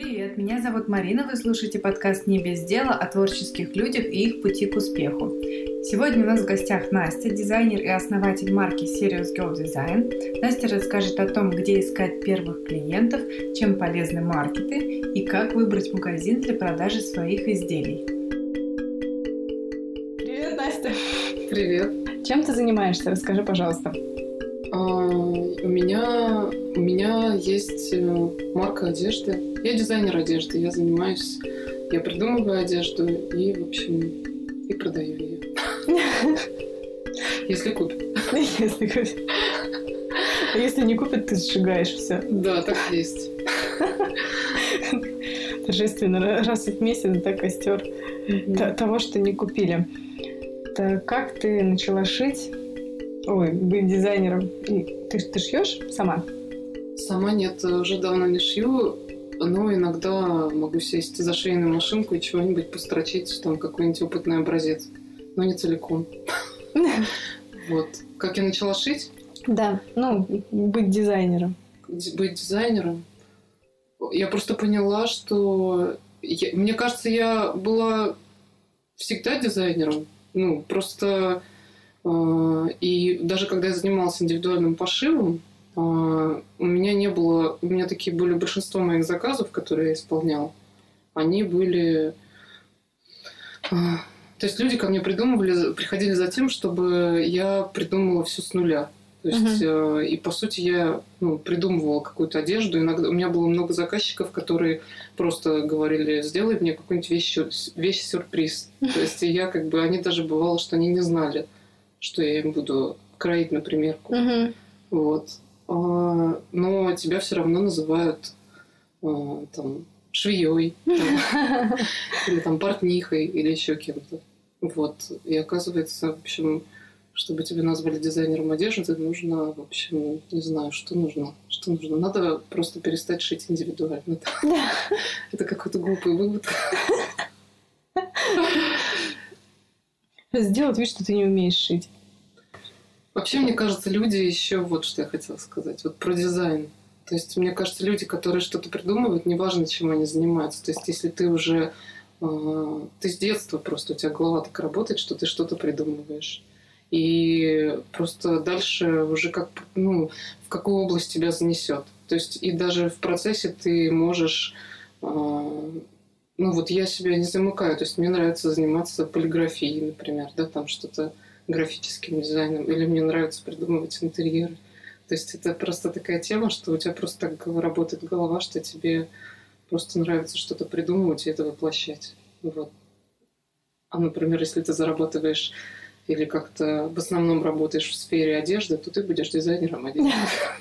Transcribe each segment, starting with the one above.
Привет, меня зовут Марина, вы слушаете подкаст «Не без дела» о творческих людях и их пути к успеху. Сегодня у нас в гостях Настя, дизайнер и основатель марки Serious Girl Design. Настя расскажет о том, где искать первых клиентов, чем полезны маркеты и как выбрать магазин для продажи своих изделий. Привет, Настя! Привет! Чем ты занимаешься? Расскажи, пожалуйста. У меня есть марка одежды. Я дизайнер одежды, я придумываю одежду и, в общем, и продаю ее. Если купят. Если купят. А если не купят, ты сжигаешь все. Да, так есть. Торжественно раз в месяц, да, костер того, что не купили. Так как ты начала шить? Быть дизайнером. Ты шьешь сама? Сама нет, уже давно не шью, но иногда могу сесть за швейную машинку и чего-нибудь построчить, там какой-нибудь опытный образец, но не целиком. Вот. Как я начала шить? Да, быть дизайнером. Быть дизайнером? Я просто поняла, что... Мне кажется, я была всегда дизайнером. Просто... И даже когда я занималась индивидуальным пошивом, у меня такие были большинство моих заказов, которые я исполняла, они были... То есть люди ко мне приходили за тем, чтобы я придумала все с нуля. То есть, и по сути я придумывала какую-то одежду. Иногда у меня было много заказчиков, которые просто говорили: сделай мне какую-нибудь вещь-сюрприз. То есть я они даже бывало, что они не знали, что я им буду кроить на примерку. Вот. Но тебя все равно называют швеей, или портнихой, или еще кем-то. Вот. И оказывается, в общем, чтобы тебя назвали дизайнером одежды, нужно, в общем, не знаю, что нужно. Что нужно? Надо просто перестать шить индивидуально. Это какой-то глупый вывод. Сделать вид, что ты не умеешь шить. Вообще, мне кажется, люди еще... Вот что я хотела сказать. Вот про дизайн. То есть, мне кажется, люди, которые что-то придумывают, неважно, чем они занимаются. То есть, если ты уже... Ты с детства просто, у тебя голова так работает, что ты что-то придумываешь. И просто дальше уже в какую область тебя занесет. То есть, и даже в процессе ты можешь... я себя не замыкаю. То есть, мне нравится заниматься полиграфией, например, да, там что-то графическим дизайном. Или мне нравится придумывать интерьеры. То есть, это просто такая тема, что у тебя просто так работает голова, что тебе просто нравится что-то придумывать и это воплощать. Вот. А, например, если ты зарабатываешь или как-то в основном работаешь в сфере одежды, то ты будешь дизайнером одежды.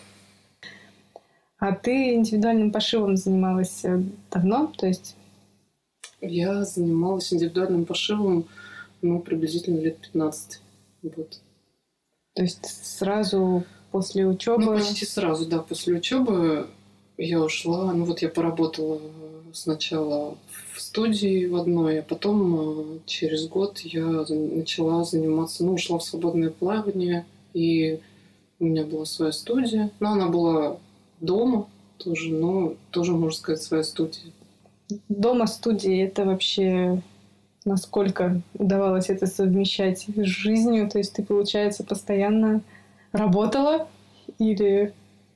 А ты индивидуальным пошивом занималась давно? То есть... Я занималась индивидуальным пошивом, приблизительно лет 15. Вот. То есть сразу после учебы? Почти сразу, да. После учебы я ушла. Я поработала сначала в студии в одной, а потом через год я начала заниматься, ушла в свободное плавание, и у меня была своя студия. Но она была дома тоже, но тоже, можно сказать, своя студия. Дома студии — это вообще насколько удавалось это совмещать с жизнью? То есть ты, получается, постоянно работала или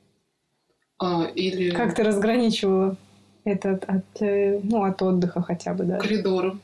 как ты разграничивала это от отдыха хотя бы, да? Коридором.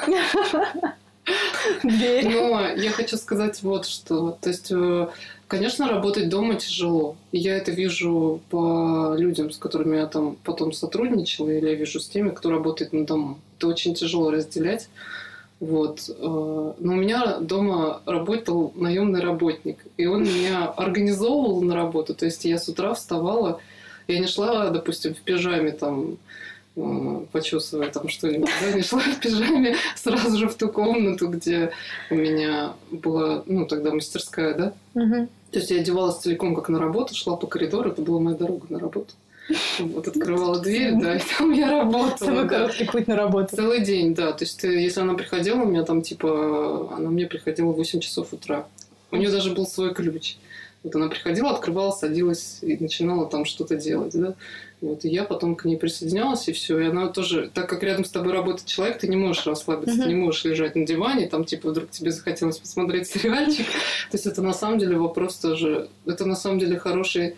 Дверь. Но я хочу сказать вот что. То есть, конечно, работать дома тяжело. И я это вижу по людям, с которыми я там потом сотрудничала, или я вижу с теми, кто работает на дому. Это очень тяжело разделять. Вот. Но у меня дома работал наемный работник. И он меня организовывал на работу. То есть я с утра вставала. Я не шла, допустим, в пижаме почесывая что-нибудь. Я не шла в пижаме сразу же в ту комнату, где у меня была, тогда мастерская, да? То есть я одевалась целиком как на работу, шла по коридору. Это была моя дорога на работу. Открывала дверь, да, и там я работала. Самый короткий путь на работу. Целый день, да. То есть, если она приходила, у меня она мне приходила в 8 часов утра. У нее даже был свой ключ. Вот она приходила, открывала, садилась и начинала там что-то делать, да. Вот, и я потом к ней присоединялась, и все. И она тоже, так как рядом с тобой работает человек, ты не можешь расслабиться, ты не можешь лежать на диване, там, типа, вдруг тебе захотелось посмотреть сериальчик. То есть это на самом деле вопрос тоже... Это на самом деле хорошая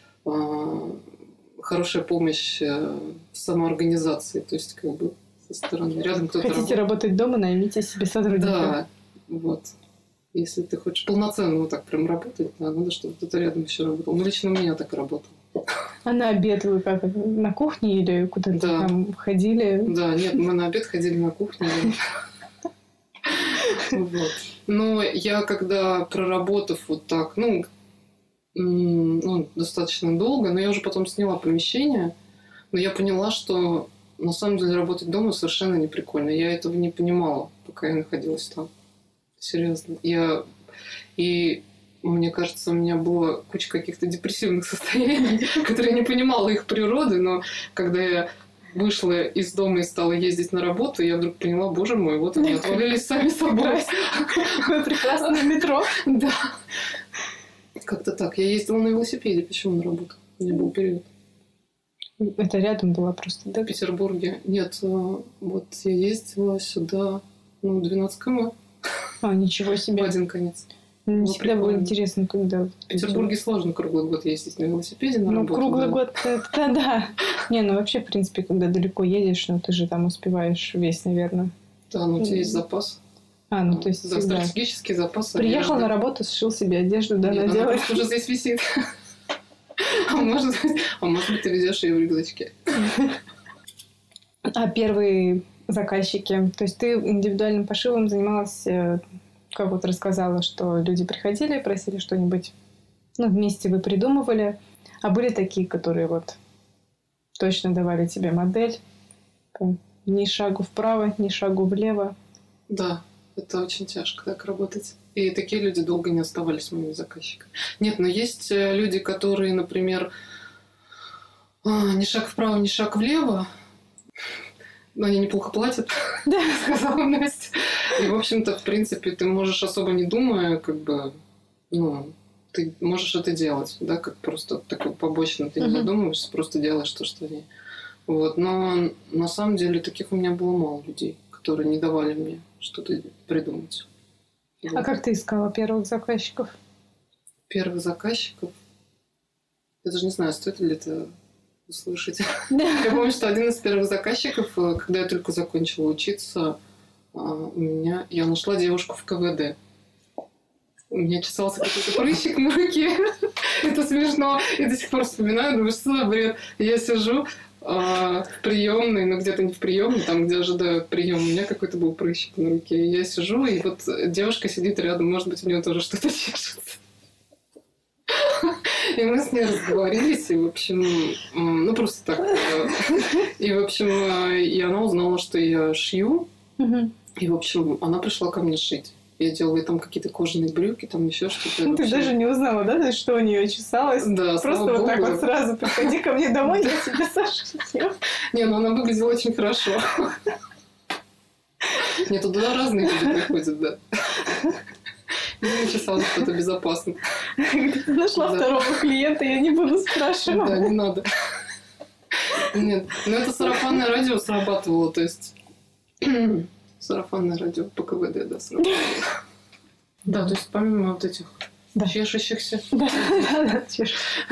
помощь в самоорганизации. То есть, как бы, со стороны. Рядом кто-то Хотите работать дома, наймите себе сотрудника. Да, вот. Если ты хочешь полноценно вот так прям работать, да, надо, чтобы кто-то рядом еще работал. Ну, лично у меня так работало. А на обед вы как? На кухне или куда-то там ходили? Да, нет, мы на обед ходили на кухню. Но я когда проработав вот так, достаточно долго, но я уже потом сняла помещение, но я поняла, что на самом деле работать дома совершенно не прикольно. Я этого не понимала, пока я находилась там. Серьезно. И мне кажется, у меня была куча каких-то депрессивных состояний, которые я не понимала их природы, но когда я вышла из дома и стала ездить на работу, я вдруг поняла, боже мой, вот они отвалились сами собой. Какое прекрасное метро. Да. Как-то так. Я ездила на велосипеде. Почему на работу? У меня был период. Это рядом было просто, да? В Петербурге. Нет, вот я ездила сюда, 12 км. Ничего себе. В один конец. Мне всегда было интересно, когда... В Петербурге сложно круглый год ездить на велосипеде на работу. Круглый год, это да. Не, вообще, в принципе, когда далеко едешь, ты же там успеваешь весь, наверное. Да, у тебя есть запас. То есть да, стратегический запас. Приехал на работу, сшил себе одежду, да, надел. Она уже здесь висит. А может быть, ты везешь ее в рюкзачке. А первые заказчики? То есть ты индивидуальным пошивом занималась, как вот рассказала, что люди приходили, просили что-нибудь, вместе вы придумывали, а были такие, которые вот точно давали тебе модель, ни шагу вправо, ни шагу влево? Да, это очень тяжко так работать. И такие люди долго не оставались моими заказчиками. Нет, но есть люди, которые, например, ни шаг вправо, ни шаг влево, но они неплохо платят, сказала Настя. И, в общем-то, в принципе, ты можешь особо не думая, ты можешь это делать, да, как просто такой побочно, ты не задумываешься, просто делаешь то, что они. Вот. Но на самом деле таких у меня было мало людей, которые не давали мне что-то придумать. А как ты искала первых заказчиков? Первых заказчиков? Я даже не знаю, стоит ли это услышать. Я помню, что один из первых заказчиков, когда я только закончила учиться, я нашла девушку в КВД. У меня чесался какой-то прыщик на руке. Это смешно. Я до сих пор вспоминаю, думаю, что за бред. Я сижу в приемной, где-то не в приемной, там, где ожидают прием. У меня какой-то был прыщик на руке. Я сижу, и вот девушка сидит рядом. Может быть, у нее тоже что-то чешется. И мы с ней разговорились, и, в общем, просто так. И, в общем, и она узнала, что я шью. И, в общем, она пришла ко мне шить. Я делала там какие-то кожаные брюки, там еще что-то. Ты даже не узнала, да, что у нее чесалось? Да, просто вот так вот сразу приходи ко мне домой, я тебе сошью. Не, она выглядела очень хорошо. Нет, туда разные люди приходят, да. Мне чесалось что-то безопасно. Ты нашла второго клиента, я не буду спрашивать. Да, не надо. Нет, это сарафанное радио срабатывало, то есть... Сарафанное радио по КВД, да, срабатывало. Да, то есть помимо вот этих чешущихся... Да, чешущихся.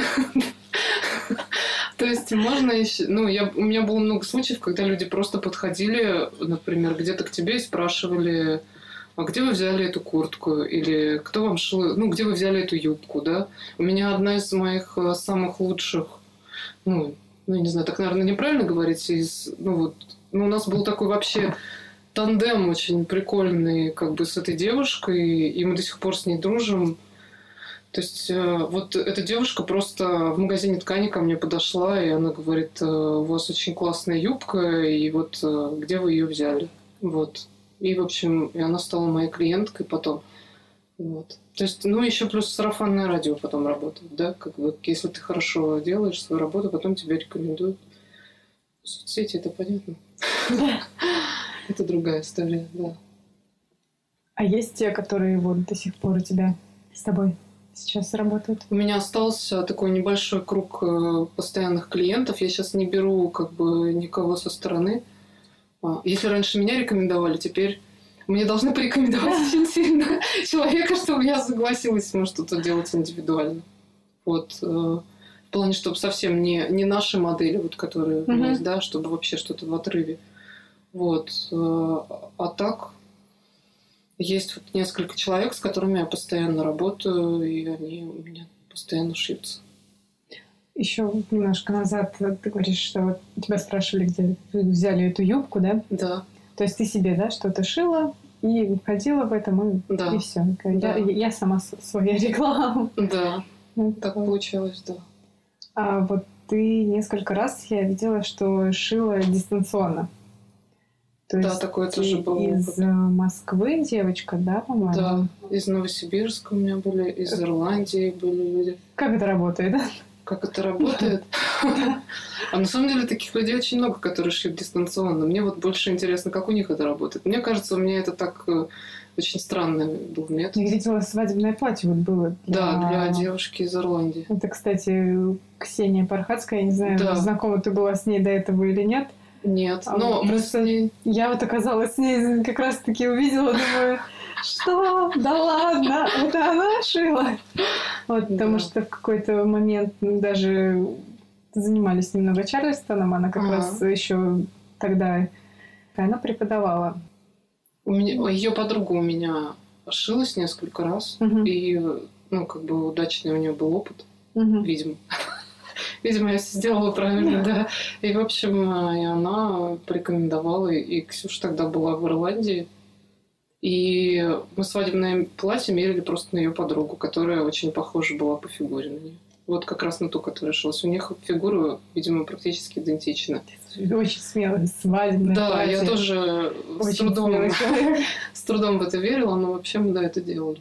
То есть можно еще... у меня было много случаев, когда люди просто подходили, например, где-то к тебе и спрашивали... А где вы взяли эту куртку? Или кто вам шил? Где вы взяли эту юбку, да? У меня одна из моих самых лучших... не знаю, так, наверное, неправильно говорить. У нас был такой вообще тандем очень прикольный, с этой девушкой, и мы до сих пор с ней дружим. То есть, вот эта девушка просто в магазине ткани ко мне подошла, и она говорит, у вас очень классная юбка, и вот где вы ее взяли? Вот. И, в общем, и она стала моей клиенткой потом. Вот. То есть, еще плюс сарафанное радио потом работает, да? Если ты хорошо делаешь свою работу, потом тебя рекомендуют. Соцсети, это понятно. Это другая история, да. А есть те, которые вот до сих пор у тебя с тобой? сейчас работают? У меня остался такой небольшой круг постоянных клиентов. Я сейчас не беру как бы никого со стороны. Если раньше меня рекомендовали, теперь мне должны порекомендовать очень сильно человека, чтобы я согласилась с ним что-то делать индивидуально. Вот. В плане, чтобы совсем не наши модели, вот, которые у меня есть, да, чтобы вообще что-то в отрыве. Вот. А так, есть вот несколько человек, с которыми я постоянно работаю, и они у меня постоянно шьются. Еще немножко назад ты говоришь, что вот тебя спрашивали, где взяли эту юбку, да? Да. То есть ты себе, да, что-то шила и входила в этом, и все. Да. Я сама своя реклама. Да, так получилось, да. А вот ты несколько раз, я видела, что шила дистанционно. То да, есть такое тоже было. Из Москвы девочка, да, по-моему? Да, из Новосибирска у меня были, из Ирландии были люди. Как это работает? Как это работает? А на самом деле таких людей очень много, которые шьют дистанционно. Мне вот больше интересно, как у них это работает. Мне кажется, у меня это так очень странный был метод. Я видела, свадебное платье вот было. Да, для девушки из Ирландии. Это, кстати, Ксения Пархатская, я не знаю, знакома ты была с ней до этого или нет. Нет, но мы с ней... Я вот оказалась с ней, как раз-таки увидела, думаю, что? Да ладно, это она шила? Вот, потому что в какой-то момент даже занимались немного Чарльстоном, она как раз еще тогда она преподавала. Ее подруга у меня шилась несколько раз, и, как бы удачный у нее был опыт, видимо. Видимо, я все сделала правильно, да. И, в общем, и она порекомендовала, и Ксюша тогда была в Ирландии. И мы свадебное платье мерили просто на ее подругу, которая очень похожа была по фигуре на нее. Вот как раз на ту, которая шилась. У них фигура, видимо, практически идентична. Очень смелое свадебное платье. Да, я тоже с трудом в это верила, но вообще мы, да, это делали.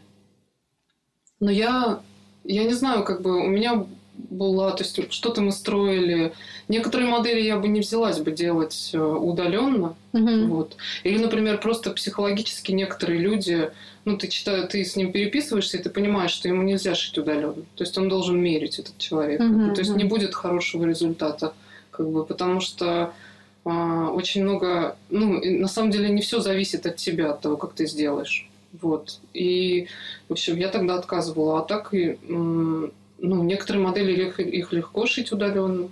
Но я не знаю, как бы у меня была, то есть что-то мы строили. Некоторые модели я бы не взялась бы делать удаленно. Вот. Или, например, просто психологически некоторые люди, ты с ним переписываешься, и ты понимаешь, что ему нельзя шить удаленно. То есть он должен мерить, этот человек. То есть не будет хорошего результата. Потому что очень много... на самом деле не все зависит от тебя, от того, как ты сделаешь. Вот. И, в общем, я тогда отказывала. А так и... некоторые модели их легко шить удаленно.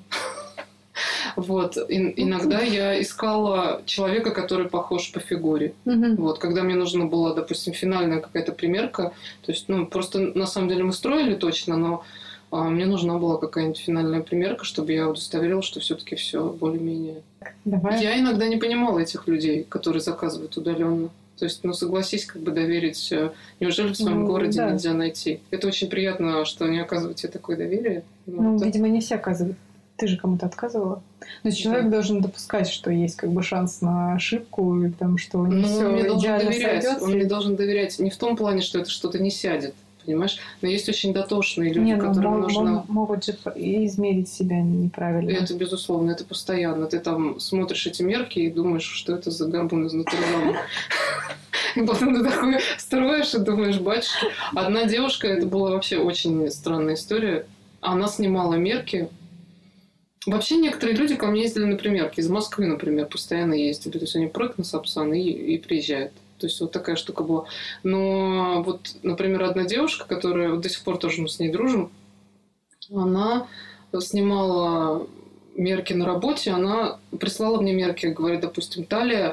Вот. Иногда я искала человека, который похож по фигуре. Вот. Когда мне нужна была, допустим, финальная какая-то примерка, то есть, просто на самом деле мы строили точно, но мне нужна была какая-нибудь финальная примерка, чтобы я удостоверила, что все-таки все более-менее. Я иногда не понимала этих людей, которые заказывают удаленно. То есть, согласись, доверить. Неужели в своем городе нельзя найти? Это очень приятно, что они оказывают тебе такое доверие. Видимо, не все оказывают. Ты же кому-то отказывала. Но человек должен допускать, что есть шанс на ошибку, и что не все идеально сойдется. Он мне должен доверять не в том плане, что это что-то не сядет. Понимаешь? Но есть очень дотошные люди, которым нужно... Могут же измерить себя неправильно. Это безусловно, это постоянно. Ты там смотришь эти мерки и думаешь, что это за горбун из Нотр-Дама. И потом ты такой строишь и думаешь, батюшки. Одна девушка, это была вообще очень странная история. Она снимала мерки. Вообще некоторые люди ко мне ездили на примерки. Из Москвы, например, постоянно ездили. То есть они прыг на Сапсан и приезжают. То есть вот такая штука была. Но вот, например, одна девушка, которая до сих пор тоже мы с ней дружим, она снимала мерки на работе, она прислала мне мерки, говорит, допустим, талия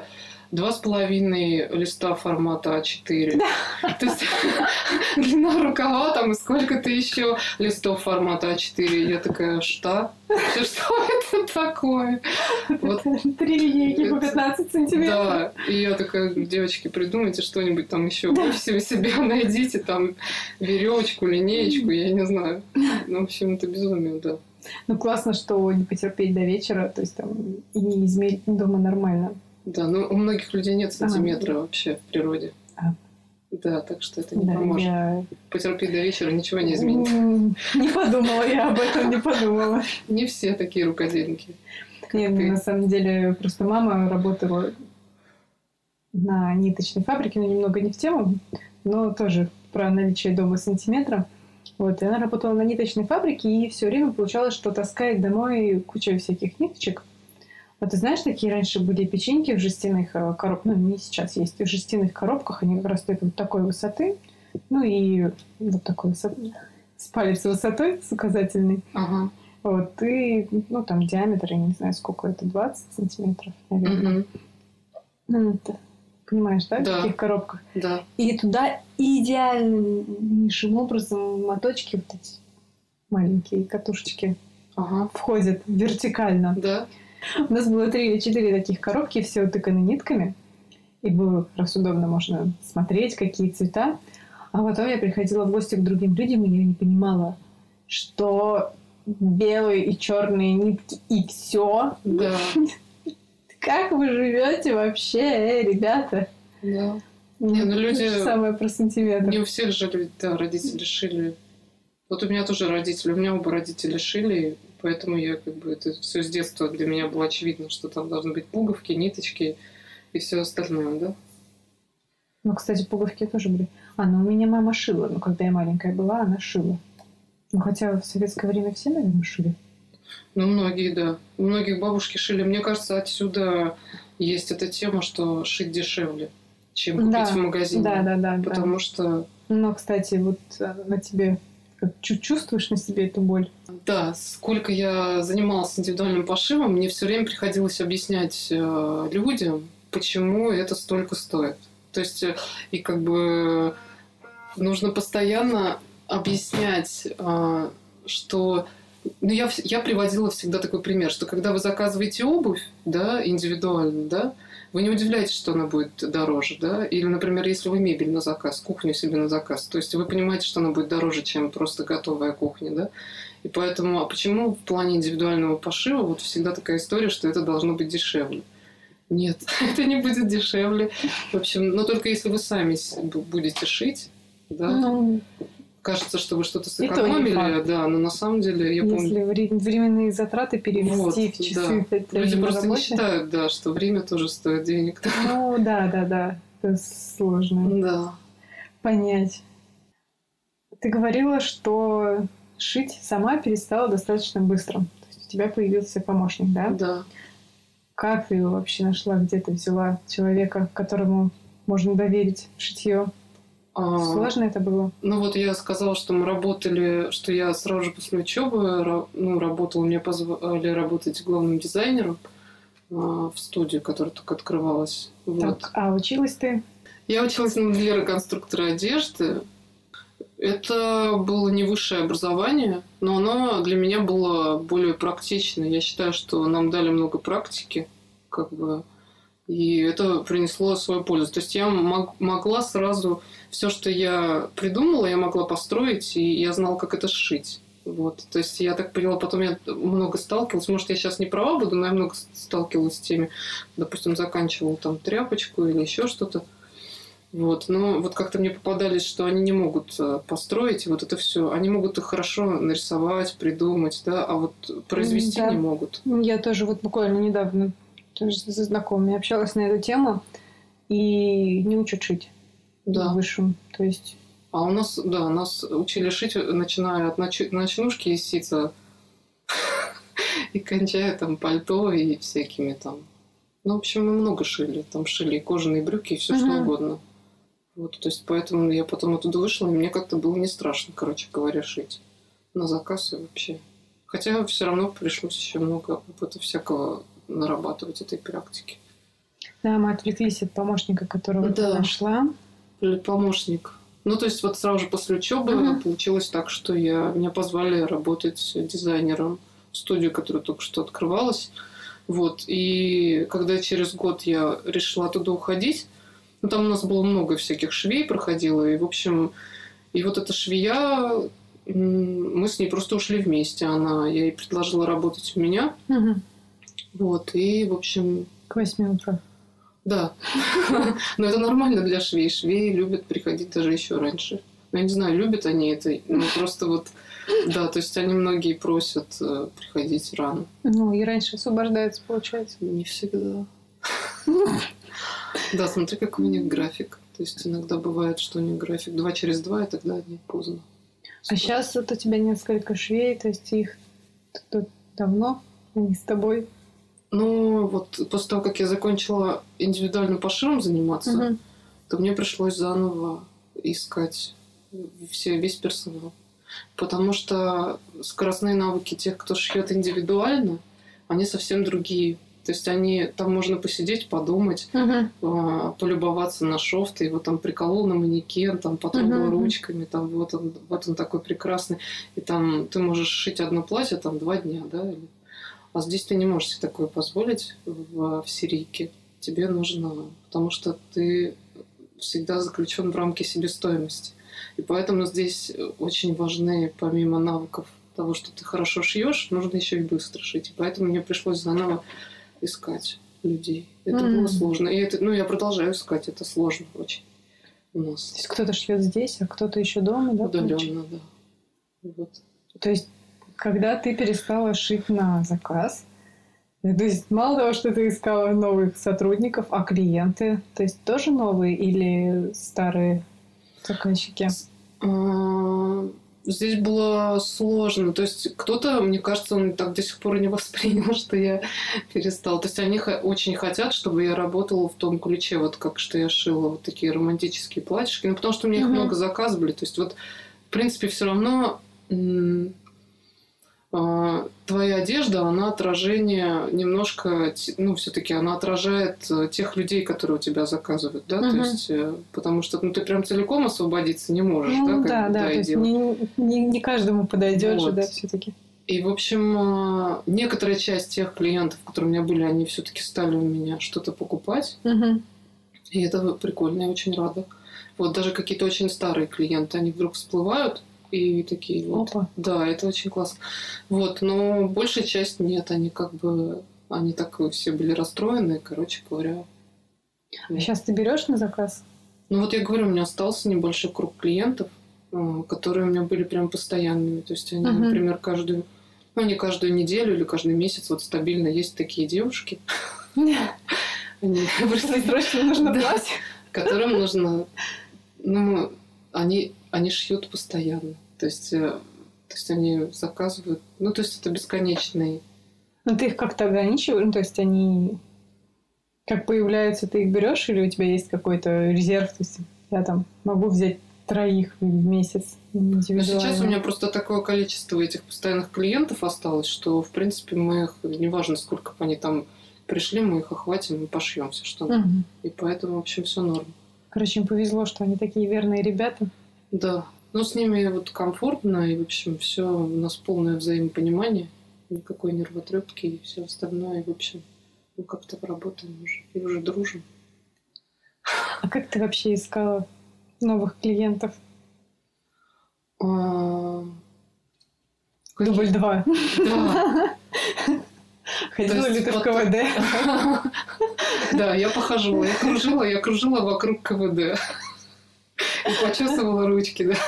2,5 листа формата А4. То есть длина рукава там и сколько-то еще листов формата А4. Я такая, что? Что это такое? Вот. 3 линейки по 15 сантиметров. Да. И я такая, девочки, придумайте что-нибудь там еще. Вы все себя найдите там веревочку, линеечку, я не знаю. В общем, это безумие, да. Классно, что не потерпеть до вечера, то есть там и не измерить, думаю, нормально. Да, но у многих людей нет сантиметра вообще в природе. Да, так что это не поможет. Потерпеть до вечера ничего не изменит. Не подумала, я об этом не подумала. Не все такие рукодельники. Нет, на самом деле, просто мама работала на ниточной фабрике, но немного не в тему, но тоже про наличие дома сантиметра. Вот, и она работала на ниточной фабрике, и все время получалось, что таскает домой кучу всяких ниточек. Вот ты знаешь, такие раньше были печеньки в жестяных коробках, ну, не сейчас есть, в жестяных коробках, они как раз вот такой высоты, ну, и вот такой высоты, с палец высотой, с указательной. Ага. Вот, и, ну, там диаметр, я не знаю, сколько это, 20 сантиметров, наверное. Ну, ты понимаешь, да, в таких коробках? Да. И туда идеальнейшим образом моточки, вот эти маленькие катушечки, входят вертикально. Да. У нас было 3 или 4 таких коробки, все утыканы нитками. И было как раз удобно, можно смотреть, какие цвета. А потом я приходила в гости к другим людям, и я не понимала, что белые и черные нитки, и все. Да. Как вы живете вообще, ребята? Да. Не, ну люди... Самое про сантиметр. Не у всех же родители шили. Вот у меня тоже родители, у меня оба родители шили, поэтому я как бы это все с детства для меня было очевидно, что там должны быть пуговки, ниточки и все остальное, да? Ну, кстати, пуговки тоже были. Ну у меня мама шила. Ну, когда я маленькая была, она шила. Ну, хотя в советское время все, наверное, шили. Ну, многие, да. У многих бабушки шили. Мне кажется, отсюда есть эта тема, что шить дешевле, чем купить в магазине. Да. Потому что... Но, кстати, вот на тебе... Чувствуешь на себе эту боль? Да, сколько я занималась индивидуальным пошивом, мне все время приходилось объяснять людям, почему это столько стоит. То есть, и как бы нужно постоянно объяснять, что... Ну, я приводила всегда такой пример, что когда вы заказываете обувь, да, индивидуально, да, вы не удивляетесь, что она будет дороже, да, или, например, если вы мебель на заказ, кухню себе на заказ, то есть вы понимаете, что она будет дороже, чем просто готовая кухня, да, и поэтому, почему в плане индивидуального пошива вот всегда такая история, что это должно быть дешевле? Нет, это не будет дешевле, в общем, но только если вы сами будете шить, да. Кажется, что вы что-то сэкономили, да, но на самом деле, я помню... Если временные затраты перевести в часы... Да. Люди просто не считают, да, что время тоже стоит денег. Ну, да. Это сложно. Да. Понять. Ты говорила, что шить сама перестала достаточно быстро. То есть у тебя появился помощник, да? Да. Как ты его вообще нашла? Где ты взяла человека, которому можно доверить шитье? Сложно это было? Ну вот я сказала, что мы работали, что я сразу же после учебы работала, меня позвали работать главным дизайнером в студию, которая только открывалась. Вот. Так, училась ты? Я училась на модельера-конструктора одежды. Это было не высшее образование, но оно для меня было более практичное. Я считаю, что нам дали много практики, как бы, и это принесло свою пользу. То есть я могла сразу... Все, что я придумала, я могла построить, и я знала, как это сшить. Вот. То есть я так поняла, потом я много сталкивалась. Может, я сейчас не права буду, но я много сталкивалась с теми, допустим, заканчивала там тряпочку или еще что-то. Вот. Но вот как-то мне попадались, что они не могут построить, вот это все. Они могут их хорошо нарисовать, придумать, да, а вот произвести не могут. Я тоже вот буквально недавно тоже с знакомыми общалась на эту тему, и не учат шить. Да. Высшим, то есть... А у нас, да, нас учили шить, начиная от ночнушки из ситца и кончая там пальто и всякими там... Ну, в общем, мы много шили. Там шили и кожаные брюки, и все что угодно. Вот, то есть, поэтому я потом оттуда вышла, и мне как-то было не страшно, короче говоря, шить. На заказ и вообще. Хотя все равно пришлось еще много опыта всякого нарабатывать этой практики. Да, мы отвлеклись от помощника, которого ты нашла. Помощник. Ну, то есть, вот сразу же после учебы получилось так, что меня позвали работать дизайнером в студию, которая только что открывалась. Вот. И когда через год я решила оттуда уходить, ну, там у нас было много всяких швей проходило, и, в общем, и вот эта швея, мы с ней просто ушли вместе. Я ей предложила работать у меня. Вот. И, в общем... К 8 утра. Да. Но это нормально для швей. Швеи любят приходить даже еще раньше. Ну, я не знаю, любят они это. Ну, просто вот... Да, то есть они многие просят приходить рано. Ну, и раньше освобождаются, получается. Не всегда. Да, смотри, какой у них график. То есть иногда бывает, что у них график 2 через 2, и тогда не поздно. А сейчас вот у тебя несколько швей, то есть их тут давно, они с тобой? Ну, вот после того, как я закончила индивидуальным пошивом заниматься, то мне пришлось заново искать весь персонал. Потому что скоростные навыки тех, кто шьет индивидуально, они совсем другие. То есть там можно посидеть, подумать, полюбоваться на шов, ты его там приколол на манекен, там потрогал ручками, там вот он такой прекрасный. И там ты можешь шить одно платье там 2 дня, да? А здесь ты не можешь себе такое позволить в серийке. Тебе нужно, потому что ты всегда заключен в рамки себестоимости. И поэтому здесь очень важны, помимо навыков того, что ты хорошо шьешь, нужно еще и быстро шить. И поэтому мне пришлось заново искать людей. Это было сложно. И я продолжаю искать. Это сложно очень у нас. То есть кто-то шьет здесь, а кто-то еще дома, да? Удаленно, да. Вот. То есть, когда ты перестала шить на заказ, то есть мало того, что ты искала новых сотрудников, а клиенты, то есть тоже новые или старые заказчики? Здесь было сложно. То есть кто-то, мне кажется, он так до сих пор и не воспринял, что я перестала. То есть они очень хотят, чтобы я работала в том ключе, вот как что я шила вот такие романтические платьишки. Ну, потому что у меня их много заказывали. То есть вот, в принципе, все равно твоя одежда, она отражение немножко, ну, все-таки она отражает тех людей, которые у тебя заказывают, да, то есть, потому что, ты прям целиком освободиться не можешь, да, то есть не каждому подойдет же, да, все-таки. И, в общем, некоторая часть тех клиентов, которые у меня были, они все-таки стали у меня что-то покупать, и это прикольно, я очень рада. Вот даже какие-то очень старые клиенты, они вдруг всплывают, и такие вот. Опа. Да, это очень классно. Вот, но большая часть нет. Они они так все были расстроены, короче говоря. А сейчас ты берешь на заказ? Ну вот я говорю, у меня остался небольшой круг клиентов, которые у меня были прям постоянными. То есть они, например, не каждую неделю или каждый месяц вот стабильно есть такие девушки. Просто срочно нужно платье. Которым нужно... Они шьют постоянно. То есть они заказывают. Ну, то есть это бесконечный. Ну, ты их как-то ограничиваешь? Ну, то есть они как появляются, ты их берешь, или у тебя есть какой-то резерв? То есть я там могу взять 3 в месяц индивидуально. Сейчас у меня просто такое количество этих постоянных клиентов осталось, что, в принципе, мы их, неважно, сколько бы они там пришли, мы их охватим и пошьем все, что надо. И поэтому, в общем, все норм. Короче, им повезло, что они такие верные ребята. Да. Ну, с ними вот комфортно, и, в общем, все у нас полное взаимопонимание, никакой нервотрепки и все остальное. И, в общем, мы как-то работаем уже и уже дружим. А как ты вообще искала новых клиентов? Дубль 2. Да. Ходила ли ты в КВД? Да, я похожу. Я кружила вокруг КВД. И почесывала ручки, да.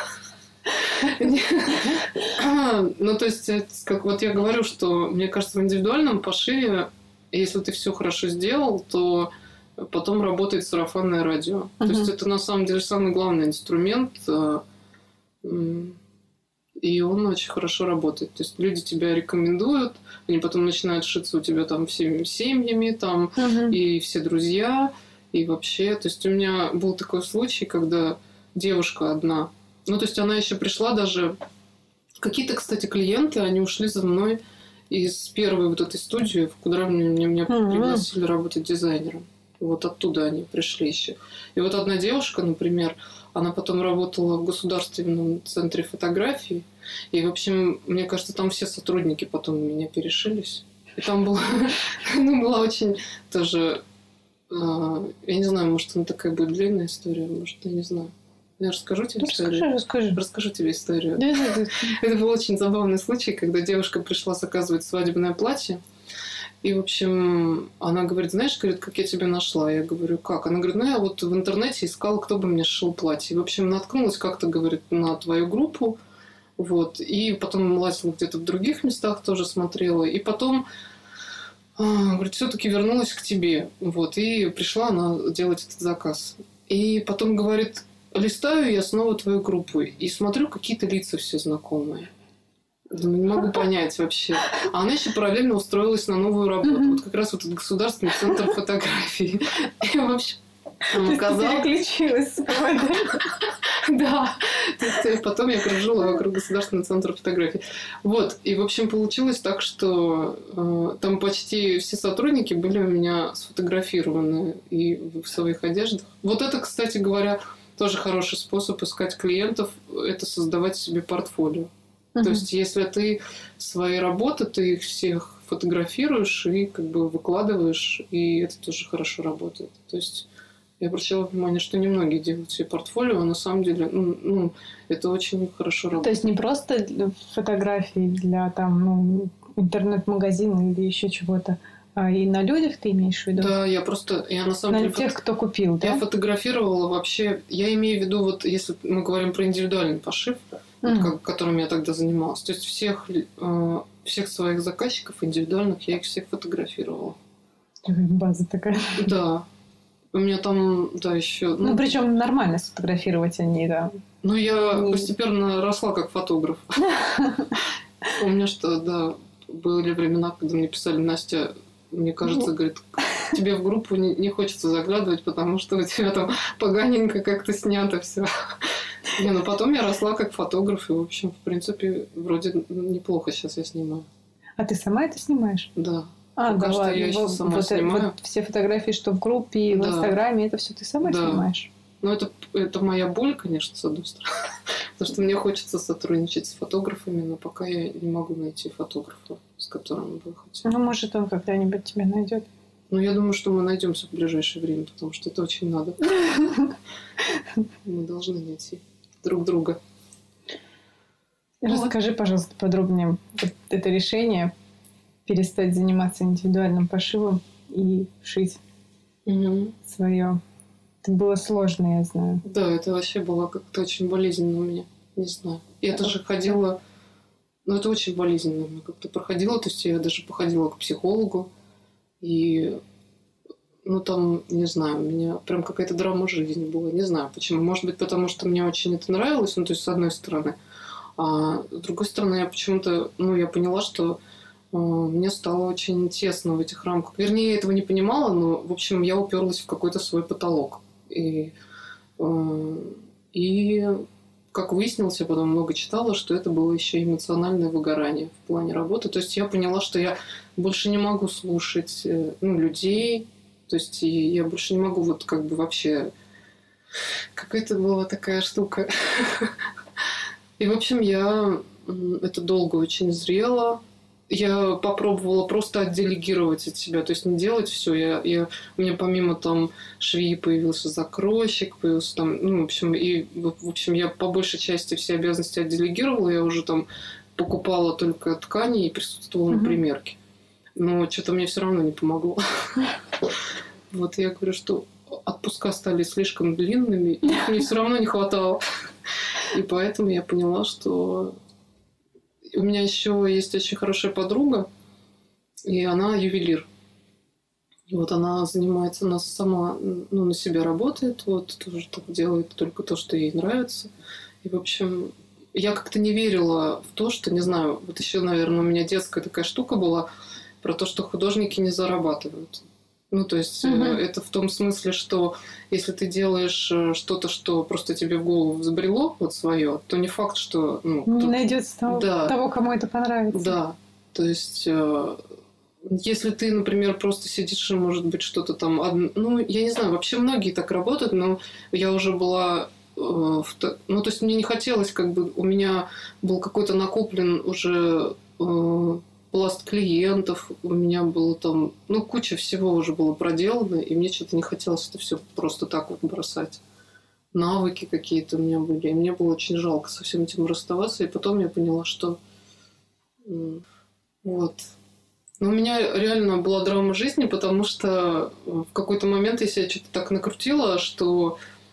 Ну, то есть, как вот я говорю, что, мне кажется, в индивидуальном пошиве, если ты все хорошо сделал, то потом работает сарафанное радио. То есть, это на самом деле самый главный инструмент, и он очень хорошо работает. То есть, люди тебя рекомендуют, они потом начинают шиться у тебя там всеми семьями, там, и все друзья, и вообще. То есть, у меня был такой случай, когда девушка одна, ну, то есть, она еще пришла даже... Какие-то, кстати, клиенты, они ушли за мной из первой вот этой студии, куда меня пригласили работать дизайнером. Вот оттуда они пришли еще. И вот одна девушка, например, она потом работала в Государственном центре фотографии. И, в общем, мне кажется, там все сотрудники потом у меня перешились. И там была очень тоже... Я не знаю, может, она такая будет длинная история, может, я не знаю. Я расскажу тебе историю. Расскажу тебе историю. Да. Это был очень забавный случай, когда девушка пришла заказывать свадебное платье. И, в общем, она говорит, знаешь, говорит, как я тебя нашла? Я говорю, как? Она говорит, я вот в интернете искала, кто бы мне сшил платье. И, в общем, наткнулась как-то, говорит, на твою группу. Вот. И потом лазила где-то в других местах, тоже смотрела. И потом, говорит, все-таки вернулась к тебе. Вот. И пришла она делать этот заказ. И потом говорит, листаю я снова твою группу и смотрю, какие-то лица все знакомые. Думаю, не могу понять вообще. А она еще параллельно устроилась на новую работу. Вот как раз вот этот Государственный центр фотографии. И вообще оказалось... переключилась с провода. Да. Потом я кружила вокруг Государственного центра фотографии. Вот. И, в общем, получилось так, что там почти все сотрудники были у меня сфотографированы и в своих одеждах. Вот это, кстати говоря, тоже хороший способ искать клиентов. Это создавать себе портфолио. То есть, если ты свои работы, ты их всех фотографируешь и как бы выкладываешь, и это тоже хорошо работает. То есть, я обращала внимание, что немногие делают себе портфолио, а на самом деле, это очень хорошо работает. То есть, не просто фотографии для там, интернет-магазина или еще чего-то, а и на людях ты имеешь в виду? Да, я на самом деле... На тех, кто купил, да? Я фотографировала вообще... Я имею в виду, вот если мы говорим про индивидуальный пошив, которым я тогда занималась. То есть всех своих заказчиков индивидуальных я их всех фотографировала. База такая. Да. У меня там, да, еще... причем нормально сфотографировать они, да. Я постепенно росла как фотограф. Помню, что, да, были времена, когда мне писали: Настя, мне кажется, говорит, тебе в группу не хочется заглядывать, потому что у тебя там поганенько как-то снято все. Потом я росла как фотограф, и, в общем, в принципе, вроде неплохо сейчас я снимаю. А ты сама это снимаешь? Да. Пока что я еще сама снимаю. Вот все фотографии, что в группе и в Инстаграме, это все ты сама снимаешь? Это моя боль, конечно, с одной стороны. Потому что мне хочется сотрудничать с фотографами, но пока я не могу найти фотографа, с которым бы хотела. Может, он когда-нибудь тебя найдет. Я думаю, что мы найдемся в ближайшее время, потому что это очень надо. Мы должны найти друг друга. Расскажи, пожалуйста, подробнее вот это решение перестать заниматься индивидуальным пошивом и шить свое. Это было сложно, я знаю. Да, это вообще было как-то очень болезненно у меня. Не знаю. Я тоже ходила... это очень болезненно у меня как-то проходило. То есть я даже походила к психологу. И... там, не знаю, у меня прям какая-то драма жизни была. Не знаю почему. Может быть, потому что мне очень это нравилось. То есть, с одной стороны. А с другой стороны, я почему-то... я поняла, что мне стало очень тесно в этих рамках. Вернее, я этого не понимала, но, в общем, я уперлась в какой-то свой потолок. И как выяснилось, я потом много читала, что это было еще эмоциональное выгорание в плане работы. То есть я поняла, что я больше не могу слушать людей. То есть я больше не могу вообще... Какая-то была такая штука. И, в общем, я это долго очень зрела. Я попробовала просто отделегировать от себя, то есть не делать все. У меня помимо там швеи появился закройщик, появился там, в общем, я по большей части все обязанности отделегировала. Я уже там покупала только ткани и присутствовала на примерке. Но что-то мне все равно не помогло. Вот я говорю, что отпуска стали слишком длинными, и мне все равно не хватало. И поэтому я поняла, что у меня еще есть очень хорошая подруга, и она ювелир. И вот она занимается, она сама на себя работает, вот тоже так делает только то, что ей нравится. И, в общем, я как-то не верила в то, что, не знаю, вот еще, наверное, у меня детская такая штука была про то, что художники не зарабатывают. То есть это в том смысле, что если ты делаешь что-то, что просто тебе в голову взбрело, вот свое, то не факт, что... не найдется того, кому это понравится. Да. То есть, если ты, например, просто сидишь и, может быть, что-то там... я не знаю, вообще многие так работают, но я уже была... то есть, мне не хотелось, у меня был какой-то накоплен уже... пласт клиентов, у меня было там, куча всего уже было проделано, и мне что-то не хотелось это все просто так вот бросать. Навыки какие-то у меня были, и мне было очень жалко со всем этим расставаться, и потом я поняла, что вот. Но у меня реально была драма жизни, потому что в какой-то момент я себя что-то так накрутила, что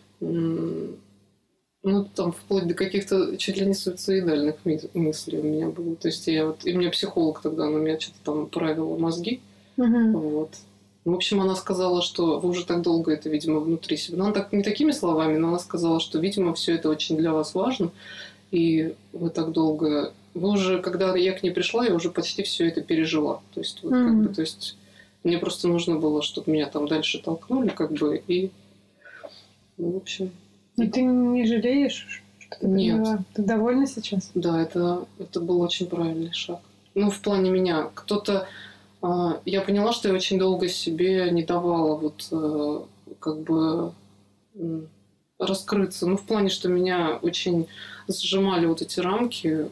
там вплоть до каких-то чуть ли не суицидальных мыслей у меня было. То есть и у меня психолог тогда, она меня что-то там правила мозги. Вот. В общем, она сказала, что вы уже так долго это, видимо, внутри себя. Ну, она так, не такими словами, но она сказала, что, видимо, все это очень для вас важно. И вы так долго... Вы уже, когда я к ней пришла, я уже почти все это пережила. То есть, вот, как бы, то есть мне просто нужно было, чтобы меня там дальше толкнули, как бы, и... Ну, в общем... Но ты не жалеешь, что ты поняла? Ты довольна сейчас? Да, это был очень правильный шаг. Ну, в плане меня. Кто-то... Я поняла, что я очень долго себе не давала вот как бы раскрыться. Ну, в плане, что меня очень сжимали вот эти рамки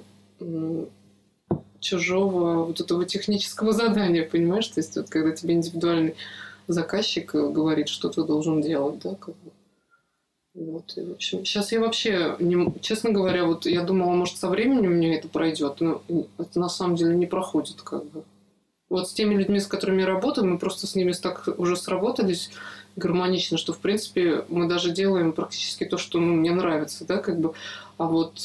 чужого вот этого технического задания, понимаешь? То есть, вот, когда тебе индивидуальный заказчик говорит, что ты должен делать, да, как бы. Вот, и, в общем, сейчас я вообще, честно говоря, вот я думала, может, со временем у меня это пройдет, но это на самом деле не проходит, как бы. Вот с теми людьми, с которыми я работаю, мы просто с ними так уже сработались гармонично, что, в принципе, мы даже делаем практически то, что мне нравится, да, как бы. А вот,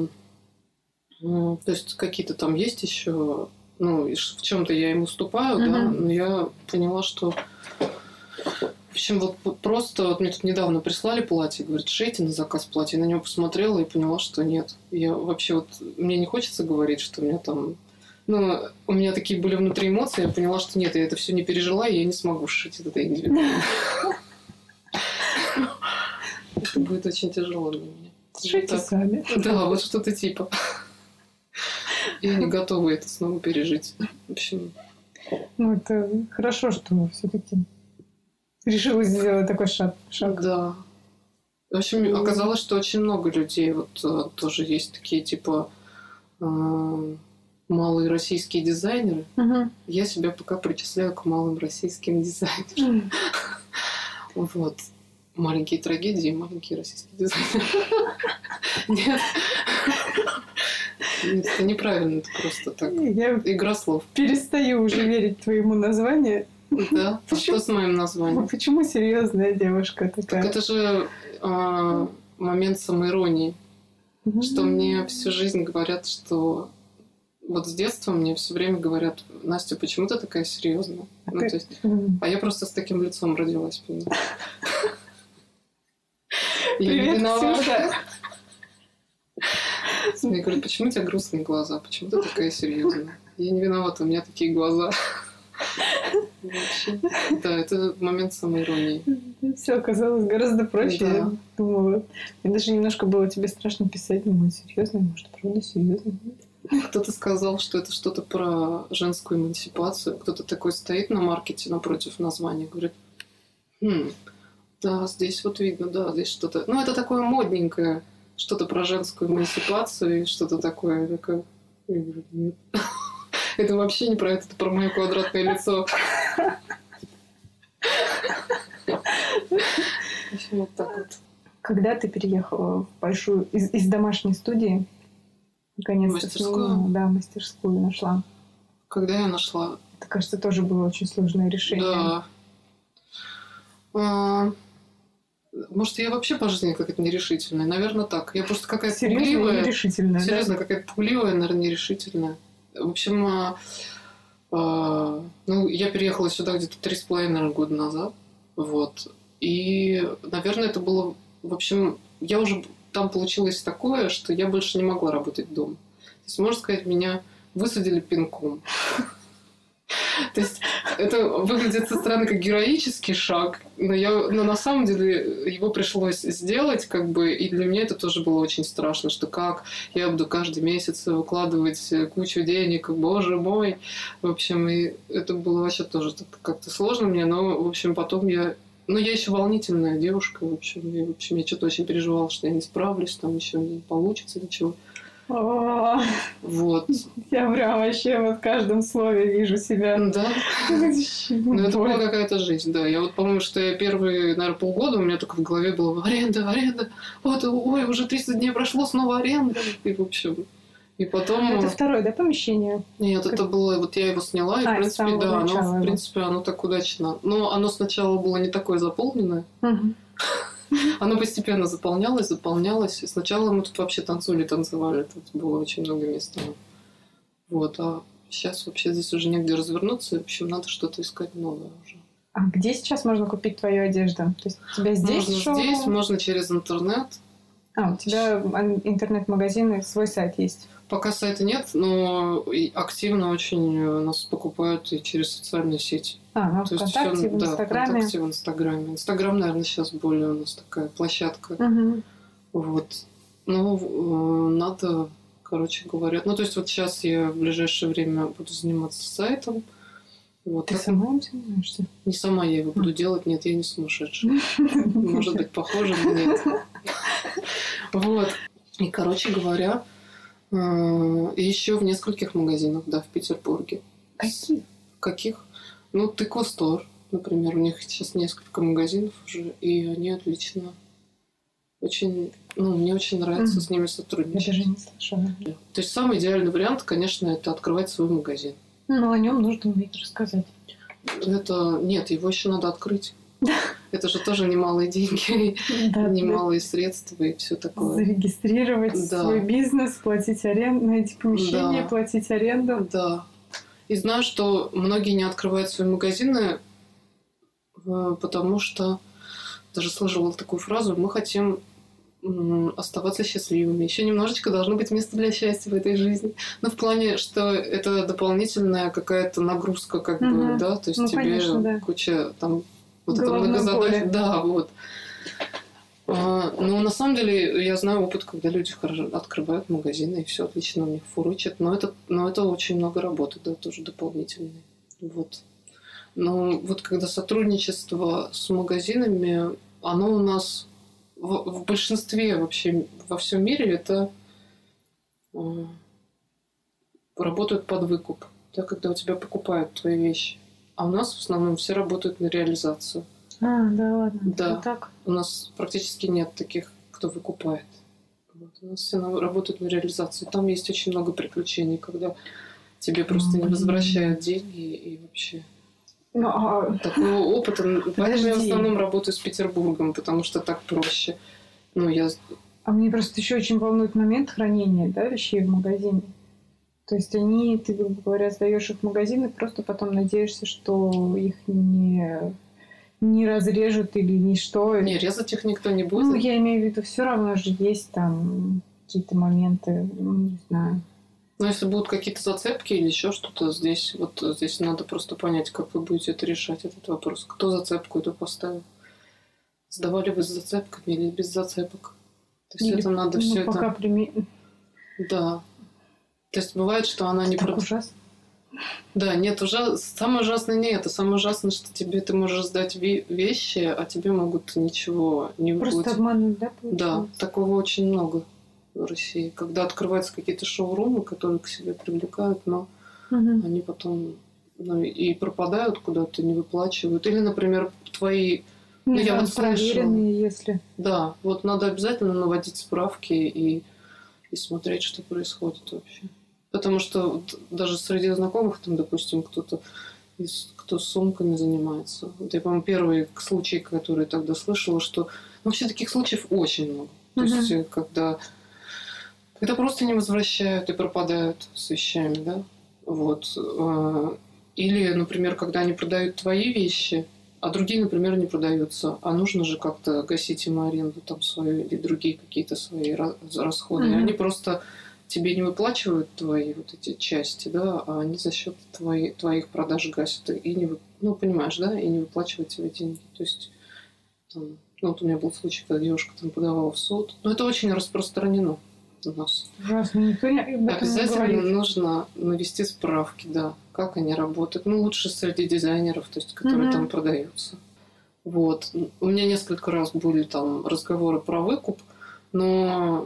то есть, какие-то там есть еще, ну, в чем-то я им уступаю, да, но я поняла, что... В общем, вот просто вот мне тут недавно прислали платье, говорит, шейте на заказ платье. Я на него посмотрела и поняла, что нет. Я вообще вот... Мне не хочется говорить, что у меня там... Ну, у меня такие были внутри эмоции, я поняла, что нет, я это все не пережила, и я не смогу шить это индивидуально. Это будет очень тяжело для меня. Шейте сами. Да, вот что-то типа. Я не готова это снова пережить. В общем... Ну, это хорошо, что все-таки решила сделать такой шаг. Да. В общем, оказалось, что очень много людей вот тоже есть такие, типа, малые российские дизайнеры. Я себя пока причисляю к малым российским дизайнерам. Вот. Маленькие трагедии, маленькие российские дизайнеры. Нет. Нет, это неправильно, это просто так. Игра слов. Перестаю уже верить твоему названию. Да? А что с моим названием? Почему серьезная девушка такая? Так это же момент самоиронии. Что мне всю жизнь говорят, что... Вот с детства мне все время говорят, Настя, почему ты такая серьезная? Ну, то есть, а я просто с таким лицом родилась, понимаешь? Я не виновата. Мне говорят, почему у тебя грустные глаза? Почему ты такая серьезная? Я не виновата, у меня такие глаза. Вообще. Да, это момент самоиронии. Все оказалось гораздо проще. Да. Я думала, мне даже немножко было тебе страшно писать, думаю, серьезно, может, правда серьезно? Кто-то сказал, что это что-то про женскую эмансипацию. Кто-то такой стоит на маркете напротив названия, говорит, да, здесь вот видно, да, здесь что-то. Ну, это такое модненькое, что-то про женскую эмансипацию и что-то такое. Я говорю, нет. Это вообще не про это про мое квадратное лицо. В общем, вот так вот. Когда ты переехала в большую, из домашней студии, наконец-то мастерскую? Да, мастерскую нашла. Когда я нашла? Это, кажется, тоже было очень сложное решение. Да. Может, я вообще по жизни какая-то нерешительная? Наверное, так. Я просто какая-то пугливая. Нерешительная, серьезно, да? Какая-то пугливая, наверное, нерешительная. В общем, ну, я переехала сюда где-то 3,5 года назад. Вот. И, наверное, это было... В общем, я уже... Там получилось такое, что я больше не могла работать дома. То есть, можно сказать, меня высадили пинком. То есть это выглядит со стороны как героический шаг, но на самом деле его пришлось сделать, как бы, и для меня это тоже было очень страшно, что как я буду каждый месяц выкладывать кучу денег, боже мой. В общем, и это было вообще тоже как-то сложно мне, но, в общем, потом я еще волнительная девушка, в общем, я что-то очень переживала, что я не справлюсь, там еще не получится ничего. Вот. Я прям вообще в каждом слове вижу себя. Да? Ну, это была какая-то жизнь, да. Я вот помню, что я первые, наверное, полгода у меня только в голове было аренда. Вот, ой, уже 30 дней прошло, снова аренда. И, в общем, и потом... Это второе, да, помещение? Нет, это было... Вот я его сняла, и, в принципе, да, оно, в принципе, оно так удачно. Но оно сначала было не такое заполненное. Оно постепенно заполнялось. И сначала мы тут вообще танцевали. Тут было очень много места. Вот. А сейчас вообще здесь уже негде развернуться. И, в общем, надо что-то искать новое уже. А где сейчас можно купить твою одежду? То есть у тебя здесь можно шоурум? Здесь, можно через интернет. У тебя интернет-магазин и свой сайт есть? Пока сайта нет, но активно очень нас покупают и через социальные сети. ВКонтакте, в Инстаграме? ВКонтакте, в Инстаграме. Инстаграм, наверное, сейчас более у нас такая площадка. Вот. Надо, короче говоря... то есть вот сейчас я в ближайшее время буду заниматься сайтом. Вот. Ты сама им занимаешься? Не сама я его буду делать, нет, я не сумасшедшая. Может быть, похоже, но нет. Вот. И, короче говоря, еще в нескольких магазинах, да, в Петербурге. Каких? Тыква Стор, например, у них сейчас несколько магазинов уже, и они отлично. Очень, мне очень нравится с ними сотрудничать. Я даже не слышала. То есть самый идеальный вариант, конечно, это открывать свой магазин. О нем нужно уметь рассказать. Нет, его еще надо открыть. Это же тоже немалые деньги, немалые средства и все такое. Зарегистрировать свой бизнес, платить аренду, найти помещение, платить аренду. Да. И знаю, что многие не открывают свои магазины, потому что, даже слышала такую фразу, мы хотим оставаться счастливыми. Еще немножечко должно быть место для счастья в этой жизни. В плане, что это дополнительная какая-то нагрузка, бы, да, то есть тебе конечно, куча там вот это многозадачное. Да, вот. На самом деле, я знаю опыт, когда люди открывают магазины, и все отлично у них фурычит. Но это очень много работы, да, тоже дополнительной. Вот. Но вот когда сотрудничество с магазинами, оно у нас в большинстве вообще во всем мире это работают под выкуп, да, когда у тебя покупают твои вещи. А у нас в основном все работают на реализацию. Да ладно. Да. Вот так? У нас практически нет таких, кто выкупает. Вот. У нас все работают на реализацию. Там есть очень много приключений, когда тебе просто не возвращают деньги и вообще... Такого опыта. Поэтому я в основном работаю с Петербургом, потому что так проще. А мне просто еще очень волнует момент хранения, да, вещей в магазине. То есть ты, грубо говоря, сдаешь их в магазин и просто потом надеешься, что их не разрежут или ничто. Не, резать их никто не будет. Я имею в виду, все равно же есть там какие-то моменты, не знаю. Если будут какие-то зацепки или еще что-то, здесь надо просто понять, как вы будете это решать, этот вопрос. Кто зацепку эту поставил? Сдавали вы с зацепками или без зацепок? То есть это надо все пока это... Да. То есть бывает, что она не... Так ужасно. Да, нет, самое ужасное не это. Самое ужасное, что ты можешь сдать вещи, а тебе могут ничего не просто будет. Обмануть, да? Да, такого очень много в России. Когда открываются какие-то шоурумы, которые к себе привлекают, но они потом и пропадают куда-то, не выплачивают. Или, например, твои... я вот проверенные, если... Да, вот надо обязательно наводить справки и смотреть, что происходит вообще. Потому что даже среди знакомых, там, допустим, кто с сумками занимается. Вот я, по-моему, первый случай, который тогда слышала, что... вообще таких случаев очень много. То есть, когда просто не возвращают и пропадают с вещами, да? Вот. Или, например, когда они продают твои вещи, а другие, например, не продаются. А нужно же как-то гасить им аренду там свою или другие какие-то свои расходы. И они просто тебе не выплачивают твои вот эти части, да, а они за счет твоих продаж гасят. И не, понимаешь, да, и не выплачивают тебе деньги. То есть, там, вот у меня был случай, когда девушка там подавала в суд. Но это очень распространено у нас. Ужасно, никто об этом обязательно не говорит. Нужно навести справки, да, как они работают. Лучше среди дизайнеров, то есть, которые там продаются. Вот. У меня несколько раз были там разговоры про выкуп, но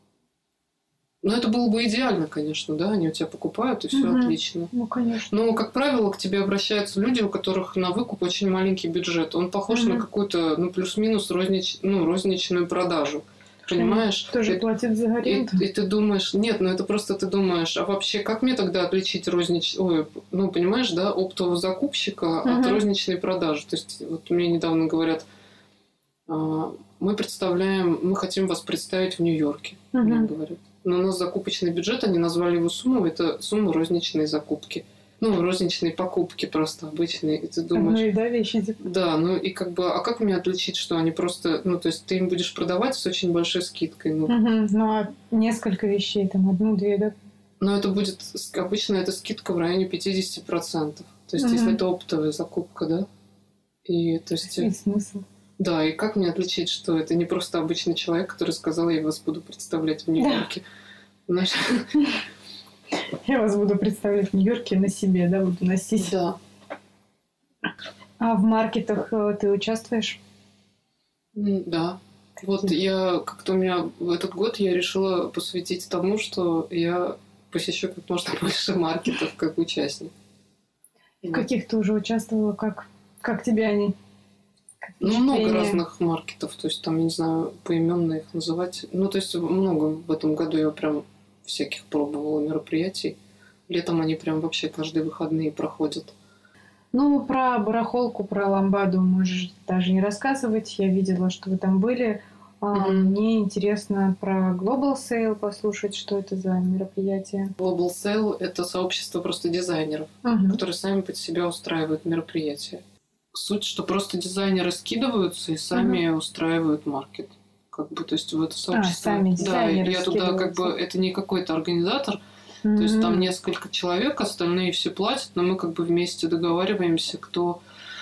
это было бы идеально, конечно, да, они у тебя покупают, и все отлично. Конечно. Но, как правило, к тебе обращаются люди, у которых на выкуп очень маленький бюджет. Он похож на какую-то, плюс-минус розничную продажу. Понимаешь? Тоже платит за аренду. И ты думаешь, нет, это просто ты думаешь, а вообще как мне тогда отличить понимаешь, да, оптового закупщика от розничной продажи? То есть вот мне недавно говорят, мы хотим вас представить в Нью-Йорке, мне говорят. Но у нас закупочный бюджет, они назвали его сумму, это сумма розничной закупки. ну, розничные покупки просто обычные. И ты думаешь... Одной, да, вещи? Да, ну и как бы... А как мне отличить, что они просто... Ну, то есть ты им будешь продавать с очень большой скидкой. Ну, Ну, а несколько вещей, там, одну-две, да? но это будет... Обычно это скидка в районе 50%. То есть если это оптовая закупка, да? И, то есть... И смысл? Да, и как мне отличить, что это не просто обычный человек, который сказал, я вас буду представлять в Нью-Йорке? Знаешь? Я вас буду представлять в Нью-Йорке на себе, да, буду носить. Да. А в маркетах ты участвуешь? Да. Вот я как-то у меня в этот год я решила посвятить тому, что я посещу как можно больше маркетов как участник. В каких ты уже участвовала? Как тебе они? Ну, много разных маркетов. То есть там, я не знаю, поименно их называть. Ну, то есть много в этом году я прям всяких пробовала мероприятий. Летом они прям вообще каждые выходные проходят. Ну, про барахолку, про ламбаду можешь даже не рассказывать. Я видела, что вы там были. Мне интересно про Global Sale послушать, что это за мероприятие. Global Sale – это сообщество просто дизайнеров, которые сами под себя устраивают мероприятия. Суть, что просто дизайнеры скидываются и сами устраивают маркет. Как бы, то есть в это сообщество. Сами дизайнеры я туда как бы это не какой-то организатор, то есть там несколько человек, остальные все платят, но мы как бы вместе договариваемся, кто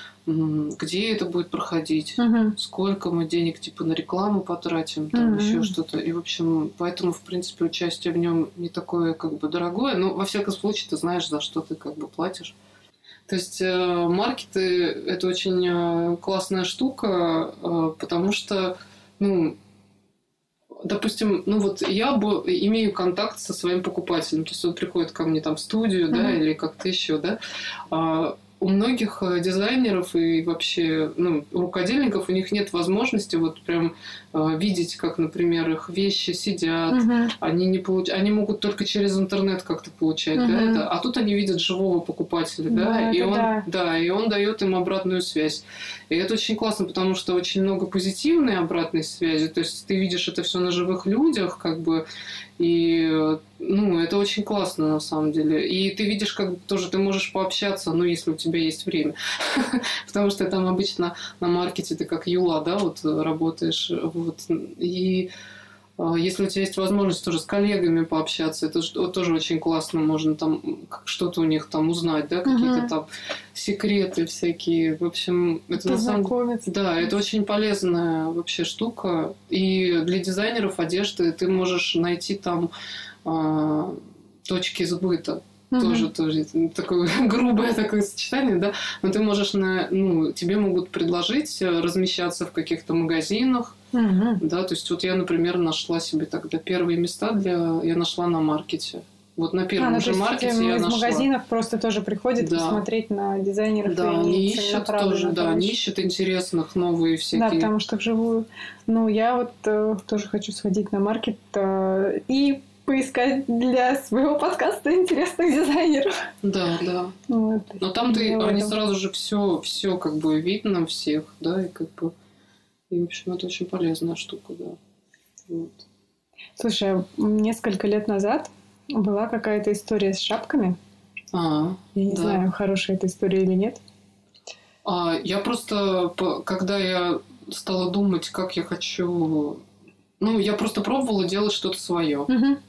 где это будет проходить, сколько мы денег типа на рекламу потратим, там еще что-то. И в общем, поэтому в принципе участие в нем не такое как бы дорогое, но во всяком случае ты знаешь, за что ты как бы платишь. То есть маркеты – это очень классная штука, потому что, ну, допустим, ну вот я имею контакт со своим покупателем, то есть он приходит ко мне там в студию, да, или как-то еще, да. У многих дизайнеров и вообще рукодельников у них нет возможности вот прям видеть, как, например, их вещи сидят. Они могут только через интернет как-то получать, да, это. А тут они видят живого покупателя, да, и он дает им обратную связь. И это очень классно, потому что очень много позитивной обратной связи. То есть ты видишь это все на живых людях, как бы. И, это очень классно, на самом деле. И ты видишь, как тоже ты можешь пообщаться, если у тебя есть время. Потому что там обычно на маркете ты как юла, да, вот работаешь. Вот. И если у тебя есть возможность тоже с коллегами пообщаться, это тоже очень классно. Можно там что-то у них там узнать, да, какие-то там секреты всякие. В общем, это на самом деле... Да, это очень полезная вообще штука. И для дизайнеров одежды ты можешь найти там точки сбыта. Тоже такое грубое такое сочетание, да. Но ты можешь тебе могут предложить размещаться в каких-то магазинах. Да, то есть вот я, например, нашла себе тогда первые места я нашла на маркете. Вот на первом же маркете я нашла. Из магазинов просто тоже приходят посмотреть на дизайнеров. Да, они ищут тоже, они ищут интересных, новые всякие. Да, потому что вживую. Я вот тоже хочу сходить на маркет и поискать для своего подкаста интересных дизайнеров. Да. Вот. Но там они сразу же все как бы видно всех, да, и как бы. И, в общем, это очень полезная штука, да. Вот. Слушай, несколько лет назад была какая-то история с шапками. Я не знаю, хорошая эта история или нет. Я просто, когда я стала думать, как я хочу... я просто пробовала делать что-то свое.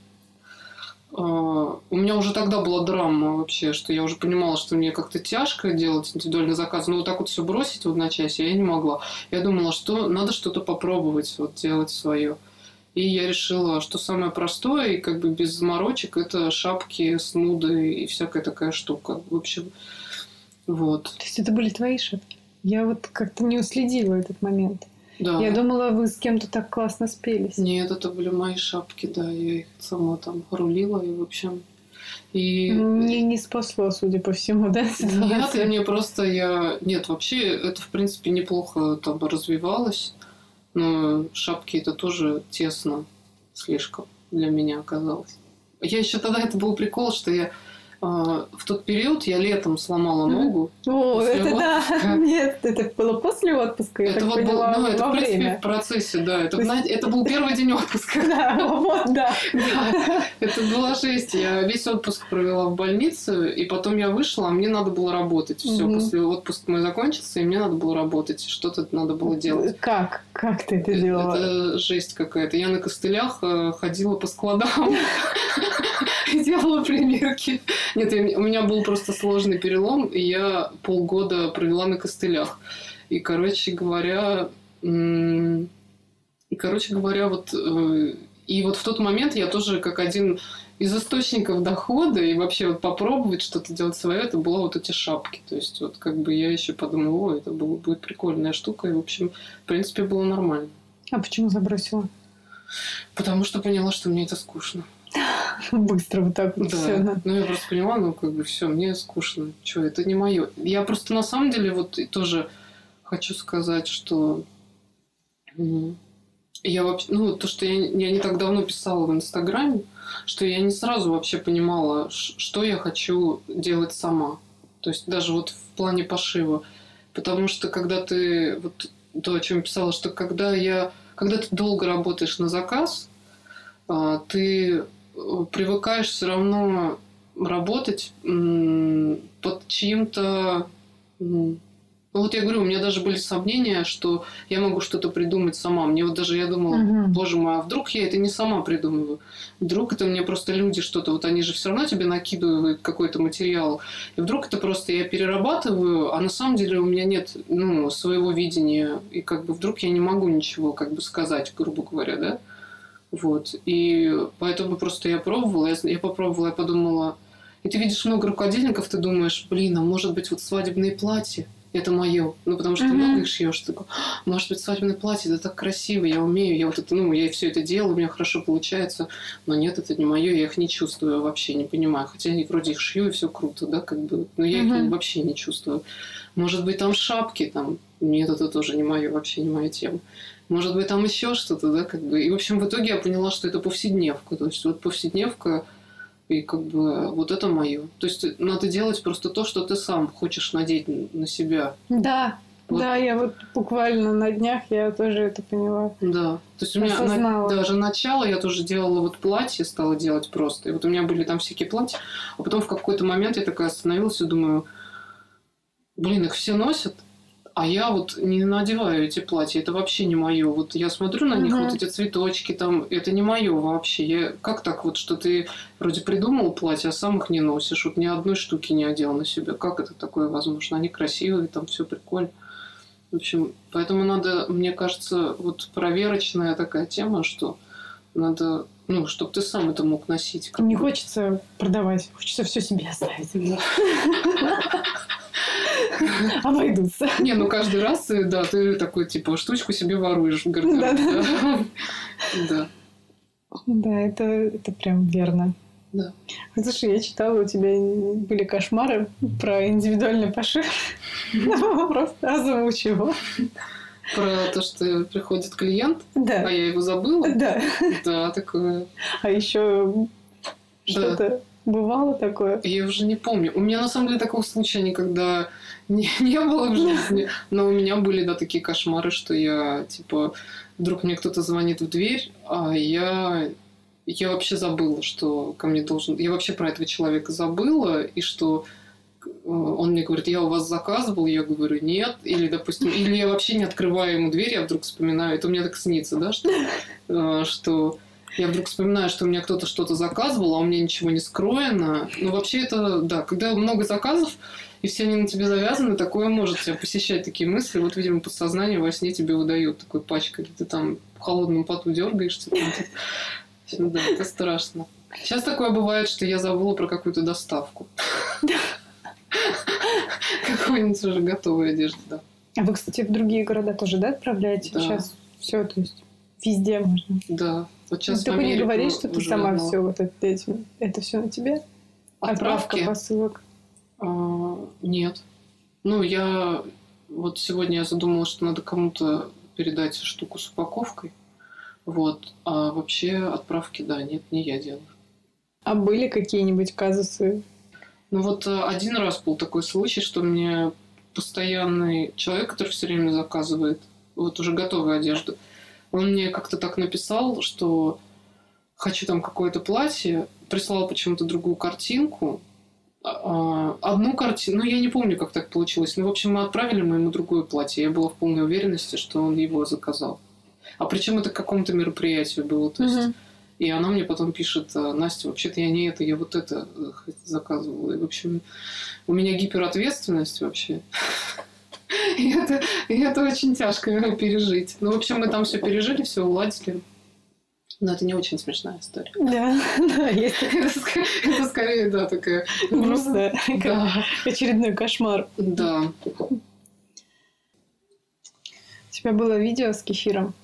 У меня уже тогда была драма вообще, что я уже понимала, что мне как-то тяжко делать индивидуальный заказ. Вот так вот все бросить в одночасье я не могла. Я думала, что надо что-то попробовать, вот делать свое. И я решила, что самое простое и как бы без заморочек — это шапки, снуды и всякая такая штука. В общем, вот. То есть это были твои шапки? Я вот как-то не уследила этот момент. Да. Я думала, вы с кем-то так классно спелись. Нет, это были мои шапки, да. Я их сама там рулила, и, в общем... И... Мне не спасло, судя по всему, да, ситуация? Нет, вообще, это, в принципе, неплохо там развивалось. Но шапки это тоже тесно слишком для меня оказалось. Я еще тогда, это был прикол, что я в тот период я летом сломала ногу. О, это отпуска. Да. Нет, это было после отпуска. Это вот было, ну, это в принципе в процессе, да. Это был первый день отпуска. Да, вот, да. Это была жесть. Я весь отпуск провела в больнице, и потом я вышла, а мне надо было работать. Все, после отпуска мой закончился, и мне надо было работать. Что-то надо было делать. Как? Как ты это делала? Это жесть какая-то. Я на костылях ходила по складам и делала примерки. Нет, у меня был просто сложный перелом, и я полгода провела на костылях. И, короче говоря, вот... И вот в тот момент я тоже как один из источников дохода и вообще вот попробовать что-то делать свое, это было вот эти шапки. То есть вот как бы я еще подумала, это будет прикольная штука. И, в общем, в принципе, было нормально. А почему забросила? Потому что поняла, что мне это скучно. Быстро вот так вот да. все. Да. Ну, я просто поняла, ну, как бы все, мне скучно. Что, это не мое. Я просто на самом деле вот тоже хочу сказать, что я вообще, ну, то, что я не так давно писала в Инстаграме, что я не сразу вообще понимала, что я хочу делать сама. То есть даже вот в плане пошива. Потому что когда ты, вот то, о чем я писала, что когда ты долго работаешь на заказ, ты привыкаешь все равно работать под чьим-то... Ну, вот я говорю, у меня даже были сомнения, что я могу что-то придумать сама. Мне вот даже я думала, боже мой, а вдруг я это не сама придумываю? Вдруг это мне просто люди что-то... Вот они же все равно тебе накидывают какой-то материал. И вдруг это просто я перерабатываю, а на самом деле у меня нет своего видения. И как бы вдруг я не могу ничего как бы сказать, грубо говоря, да? Вот. И поэтому просто я пробовала, я попробовала, я подумала... И ты видишь много рукодельников, ты думаешь, блин, а может быть вот свадебные платья? Это мое. Ну, потому что ты много их шьешь. Ты такой, может быть, свадебное платье, это так красиво, я умею, я вот это, я все это делаю, у меня хорошо получается. Но нет, это не мое, я их не чувствую вообще, не понимаю. Хотя я вроде их шью, и все круто, да, как бы. Но я их вообще не чувствую. Может быть, там шапки, там. Нет, это тоже не мое, вообще не моя тема. Может быть, там еще что-то, да, как бы. И, в общем, в итоге я поняла, что это повседневка. То есть, вот повседневка. И как бы вот это мое. То есть надо делать просто то, что ты сам хочешь надеть на себя. Да, вот. Да, я вот буквально на днях я тоже это поняла. Да, то есть у меня даже начало я тоже делала вот платье, стала делать просто. И вот у меня были там всякие платья, а потом в какой-то момент я такая остановилась и думаю, блин, их все носят. А я вот не надеваю эти платья, это вообще не мое. Вот я смотрю на них, вот эти цветочки там, это не мое вообще. Как так вот, что ты вроде придумал платье, а сам их не носишь, вот ни одной штуки не одел на себя. Как это такое возможно? Они красивые, там все прикольно. В общем, поэтому надо, мне кажется, вот проверочная такая тема, что надо, чтобы ты сам это мог носить. Не хочется продавать, хочется все себе оставить. Обойдутся. Не, каждый раз, да, ты такой, типа, штучку себе воруешь в гардеробе. Да. Да, это прям верно. Да. Слушай, я читала, у тебя были кошмары про индивидуальный пошив. Просто озвучь его. Про то, что приходит клиент, да. А я его забыла? Да. Да, такое. А еще что-то... Бывало такое? Я уже не помню. У меня, на самом деле, такого случая никогда не было в жизни. Но у меня были, да, такие кошмары, что я, типа, вдруг мне кто-то звонит в дверь, а я вообще забыла, что ко мне должен... Я вообще про этого человека забыла, и что он мне говорит, я у вас заказывал, я говорю, нет. Или, допустим, или я вообще не открываю ему дверь, я вдруг вспоминаю, это у меня так снится, да, что я вдруг вспоминаю, что у меня кто-то что-то заказывал, а у меня ничего не скроено. Вообще это, да, когда много заказов, и все они на тебе завязаны, такое может тебя посещать, такие мысли. Вот, видимо, подсознание во сне тебе выдает такой пачкой, ты там в холодном поту дергаешься. Да, это страшно. Сейчас такое бывает, что я забыла про какую-то доставку. Какой-нибудь уже готовой одежды, да. А вы, кстати, в другие города тоже, да, отправляете? Сейчас все, то есть везде можно. Да. Вот сейчас ты не говоришь, что ты сама все вот это все на тебе? Отправка посылок? Нет. Я вот сегодня я задумала, что надо кому-то передать штуку с упаковкой. Вот. А вообще отправки, да, нет, не я делаю. А были какие-нибудь казусы? Ну вот один раз был такой случай, что мне постоянный человек, который все время заказывает вот уже готовую одежду, он мне как-то так написал, что хочу там какое-то платье, прислал почему-то другую картинку, одну картину, ну я не помню, как так получилось, но в общем мы отправили ему другое платье, я была в полной уверенности, что он его заказал. А причем это к какому-то мероприятию было, то есть... И она мне потом пишет: Настя, вообще-то я не это, я вот это заказывала. И, в общем, у меня гиперответственность вообще. И это очень тяжко пережить. Ну, в общем, мы там все пережили, все уладили. Но это не очень смешная история. Да, есть. Это скорее, да, такая... Грустная. Очередной кошмар. Да. У тебя было видео с кефиром?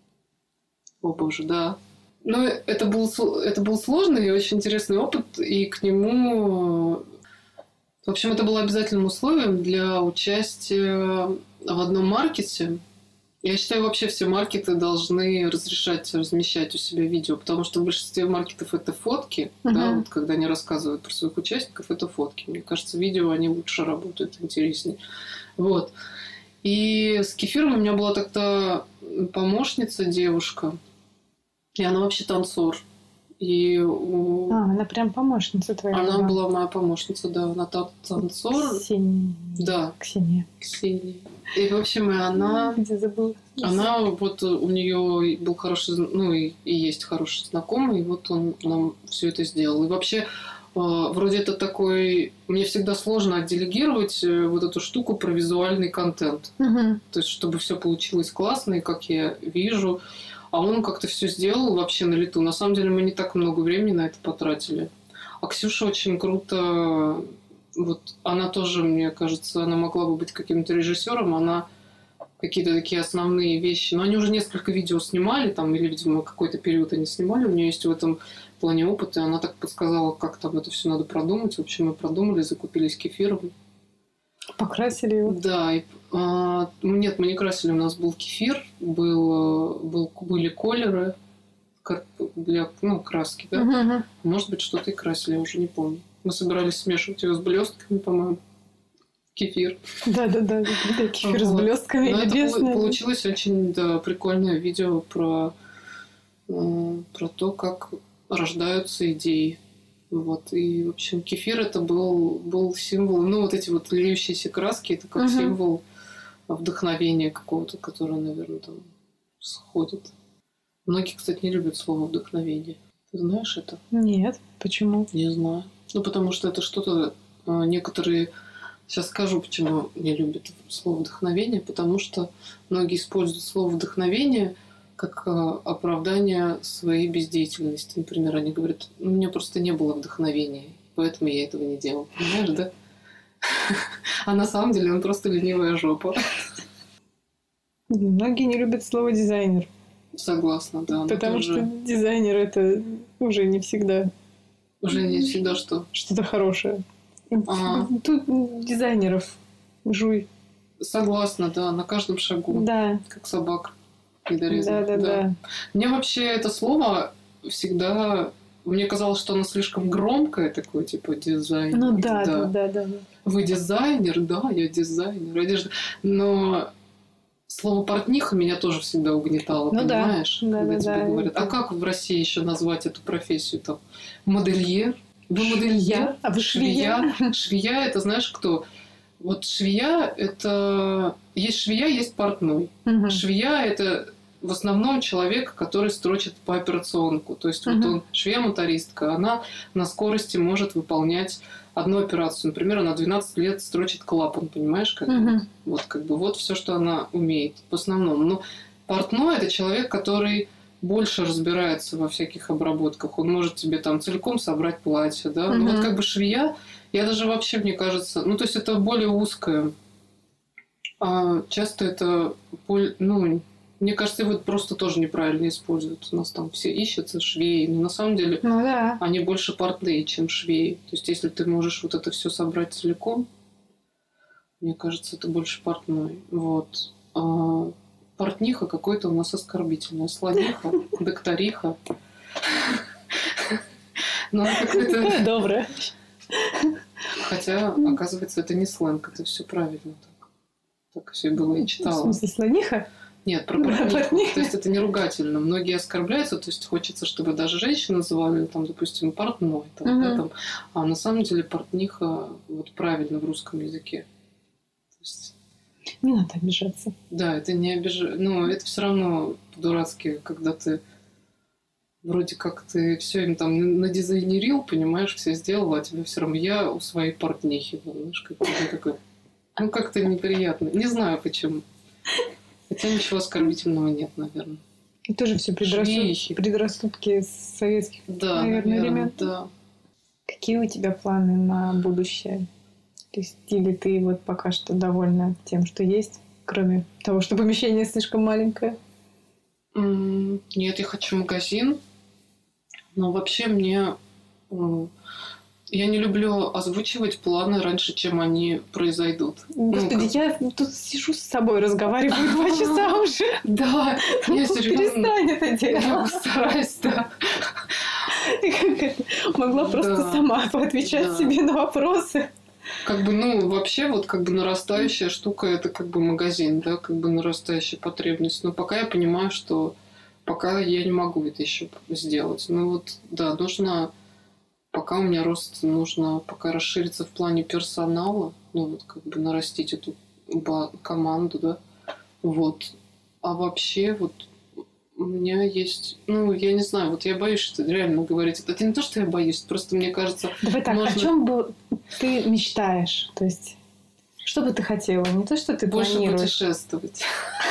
О, боже, да. Ну, это был сложный и очень интересный опыт, и к нему... В общем, это было обязательным условием для участия в одном маркете. Я считаю, вообще все маркеты должны разрешать размещать у себя видео, потому что в большинстве маркетов это фотки, да, вот когда они рассказывают про своих участников, это фотки. Мне кажется, видео, они лучше работают, интереснее. Вот. И с кефиром у меня была тогда помощница, девушка, и она вообще танцор. И она прям помощница твоя. Она была моя помощница, да. Она танцор. Ксения. Да. Ксения. И, в общем, и она... Где забыла? Она, вот у нее был хороший, ну, и есть хороший знакомый, и вот он нам все это сделал. И вообще, вроде это такой... Мне всегда сложно отделегировать вот эту штуку про визуальный контент. То есть, чтобы все получилось классно, и как я вижу... А он как-то все сделал вообще на лету. На самом деле мы не так много времени на это потратили. А Ксюша очень круто. Вот она тоже, мне кажется, она могла бы быть каким-то режиссером. Она какие-то такие основные вещи. Но они уже несколько видео снимали, там, или, видимо, какой-то период они снимали. У нее есть в этом плане опыт. И она так подсказала, как там это все надо продумать. В общем, мы продумали, закупились кефиром. Покрасили его? Да. Нет, мы не красили. У нас был кефир, были колеры для краски, да? Может быть, что-то и красили, я уже не помню. Мы собирались смешивать его с блестками, по-моему. Кефир. Да, кефир с блестками. Но это получилось очень прикольное видео про то, как рождаются идеи. Вот. И, в общем, кефир это был символ, ну, вот эти вот льющиеся краски, это как символ вдохновения какого-то, которое, наверное, там сходит. Многие, кстати, не любят слово вдохновение. Ты знаешь это? Нет. Почему? Не знаю. Ну, потому что это что-то... Некоторые... Сейчас скажу, почему не любят слово вдохновение. Потому что многие используют слово вдохновение как оправдание своей бездеятельности. Например, они говорят, у меня просто не было вдохновения, поэтому я этого не делал. Понимаешь, да? А на самом деле он просто ленивая жопа. Многие не любят слово дизайнер. Согласна, да. Потому что дизайнер это уже не всегда. Уже не всегда что? Что-то хорошее. Тут дизайнеров жуй. Согласна, да, на каждом шагу. Да. Как собак. Да. Да. Мне вообще это слово всегда... Мне казалось, что оно слишком громкое, такое, типа, дизайнер. Ну да. Вы дизайнер? Да, я дизайнер. Одежда. Но слово портниха меня тоже всегда угнетало, понимаешь? Когда тебе говорят, а как в России еще назвать эту профессию? Там, модельер? Вы модельер? А вы швея? Швея, это знаешь кто? Вот швея, это... Есть швея, есть портной. Швея, это в основном человек, который строчит по операционку. То есть вот он, швея-мотористка, она на скорости может выполнять одну операцию. Например, она 12 лет строчит клапан, понимаешь? Вот все, что она умеет в основном. Но портной – это человек, который больше разбирается во всяких обработках. Он может тебе там целиком собрать платье, да? Но вот как бы швея, я даже вообще, мне кажется, ну, то есть это более узкое. А часто это, мне кажется, его просто тоже неправильно используют. У нас там все ищутся швеи, но на самом деле они больше портные, чем швеи. То есть если ты можешь вот это все собрать целиком, мне кажется, это больше портной. Вот. Портниха какое-то у нас оскорбительное. Слониха, докториха. Доброе. Хотя, оказывается, это не сленг, это все правильно. Так все было, я читала. В смысле, слониха? Нет, про портниху. То есть это не ругательно. Многие оскорбляются, то есть хочется, чтобы даже женщины называли, там, допустим, портной. Там, да, там. А на самом деле портниха вот правильно в русском языке. То есть... Не надо обижаться. Да, это не обижается. Но это все равно по-дурацки, когда ты вроде как ты все им там надизайнерил, понимаешь, все сделал, а тебе все равно я у своей портнихи. Знаешь, как-то такой... Ну, как-то неприятно. Не знаю почему. Хотя ничего оскорбительного нет, наверное. И тоже все предрассудки советских, наверное, времен. Да. Какие у тебя планы на будущее? То есть, или ты вот пока что довольна тем, что есть, кроме того, что помещение слишком маленькое? Нет, я хочу магазин. Но вообще мне... Я не люблю озвучивать планы раньше, чем они произойдут. Господи, я тут сижу с собой, разговариваю 2 часа уже. Да, я серьезно. Перестань это делать. Я постараюсь, да. Могла просто сама поотвечать себе на вопросы. Как бы, вообще, вот как бы нарастающая штука, это как бы магазин, да, как бы нарастающая потребность. Но пока я понимаю, что пока я не могу это еще сделать. Да, нужно... Пока у меня рост, нужно пока расшириться в плане персонала, как бы нарастить эту команду, да, вот. А вообще, вот, у меня есть, я не знаю, вот я боюсь, что реально говорить. Это не то, что я боюсь, просто мне кажется... Давай так, о чем бы ты мечтаешь? То есть, что бы ты хотела? Не то, что ты больше планируешь. Путешествовать.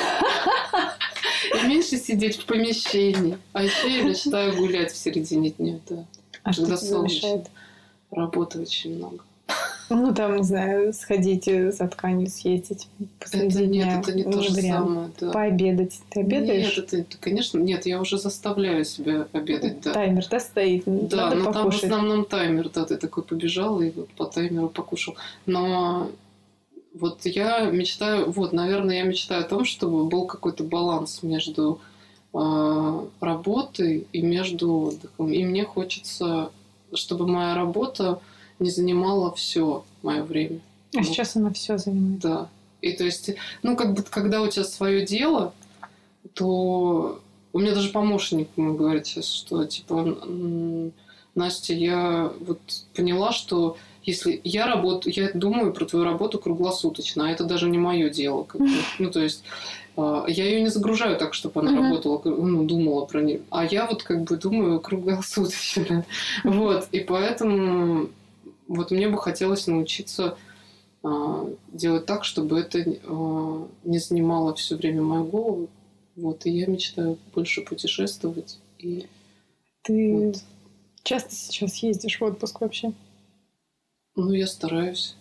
И меньше сидеть в помещении. А еще я мечтаю гулять в середине дня, да. А что тебе мешает? Работы очень много. Там, не знаю, сходить за тканью, съездить посреди дня. Нет, это не то же самое. Да. Пообедать. Ты обедаешь? Нет, это, конечно, нет, я уже заставляю себя обедать, да. Таймер, да, стоит? Да, надо но покушать. Там в основном таймер, да, ты такой побежал и вот по таймеру покушал. Но вот я мечтаю, наверное, я мечтаю о том, чтобы был какой-то баланс между работой и между отдыхом. И мне хочется, чтобы моя работа не занимала все мое время. А сейчас она все занимает. Да. И то есть, как бы, когда у тебя свое дело, то у меня даже помощник говорит сейчас, что типа, Настя, я вот поняла, что если я работаю, я думаю про твою работу круглосуточно, а это даже не мое дело. Как бы. То есть я ее не загружаю так, чтобы она работала, думала про нее. А я вот как бы думаю круглосуточно. Вот. И поэтому вот мне бы хотелось научиться делать так, чтобы это не занимало все время мою голову. Вот. И я мечтаю больше путешествовать. И ты часто сейчас ездишь в отпуск вообще? Я стараюсь.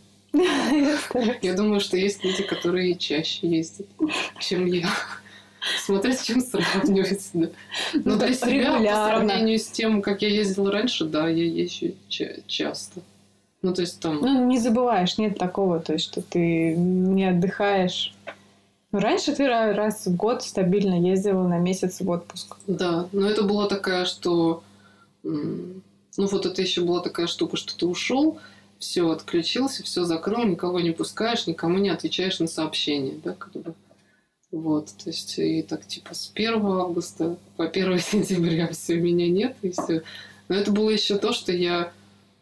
Я думаю, что есть люди, которые чаще ездят, чем я. Смотря с чем сравнивать. Да. Но для себя, по сравнению с тем, как я ездила раньше, да, я езжу часто. То есть там... не забываешь, нет такого, то есть, что ты не отдыхаешь. Раньше ты раз в год стабильно ездила на месяц в отпуск. Да, но это была такая, что... вот это еще была такая штука, что ты ушел, все отключился, все закрыл, никого не пускаешь, никому не отвечаешь на сообщения, да, как бы. Вот, то есть, и так, типа, с 1 августа по 1 сентября все, меня нет, и все. Но это было еще то, что я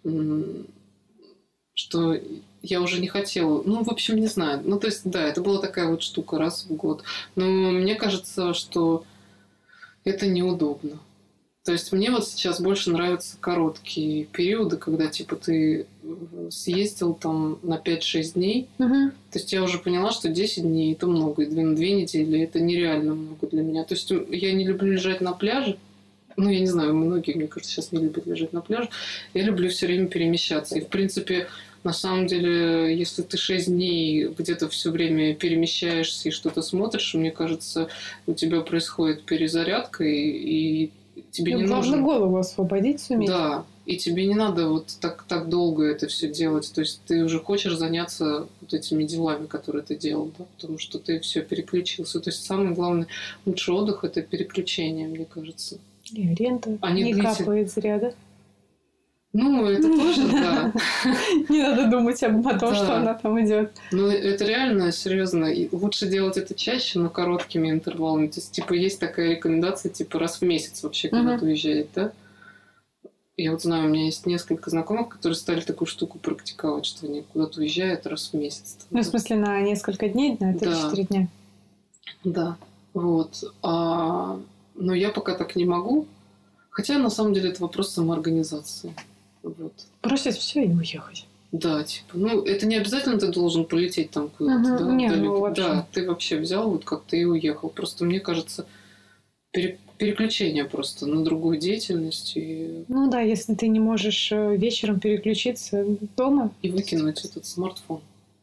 уже не хотела. В общем, не знаю. То есть, да, это была такая вот штука раз в год. Но мне кажется, что это неудобно. То есть мне вот сейчас больше нравятся короткие периоды, когда типа ты съездил там на 5-6 дней. То есть я уже поняла, что 10 дней это много, и 2 недели это нереально много для меня. То есть я не люблю лежать на пляже. Я не знаю, многие, мне кажется, сейчас не любят лежать на пляже. Я люблю все время перемещаться. И, в принципе, на самом деле, если ты 6 дней где-то все время перемещаешься и что-то смотришь, мне кажется, у тебя происходит перезарядка, и тебе не нужно нужно... голову освободить суметь. Да, и тебе не надо вот так долго это все делать. То есть ты уже хочешь заняться вот этими делами, которые ты делал, да? Потому что ты все переключился. То есть самый главный лучший отдых – это переключение, мне кажется. И рента не капает зря, да? Ну, это тоже, да. Не надо думать о том, что она там идет. Ну, это реально серьезно. И лучше делать это чаще, но короткими интервалами. То есть, типа, есть такая рекомендация, типа, раз в месяц вообще куда-то уезжать, да? Я вот знаю, у меня есть несколько знакомых, которые стали такую штуку практиковать, что они куда-то уезжают раз в месяц. Ну, в смысле, на несколько дней, на 3-4 дня? Да, вот. Но я пока так не могу. Хотя, на самом деле, это вопрос самоорганизации. Вот. Бросить все и уехать. Да, типа, ну, это не обязательно ты должен полететь там куда-то, да? Не, ну, вообще. Да, ты вообще взял вот как-то и уехал. Просто, мне кажется, переключение просто на другую деятельность. И... Ну да, если ты не можешь вечером переключиться дома. И выкинуть этот смартфон.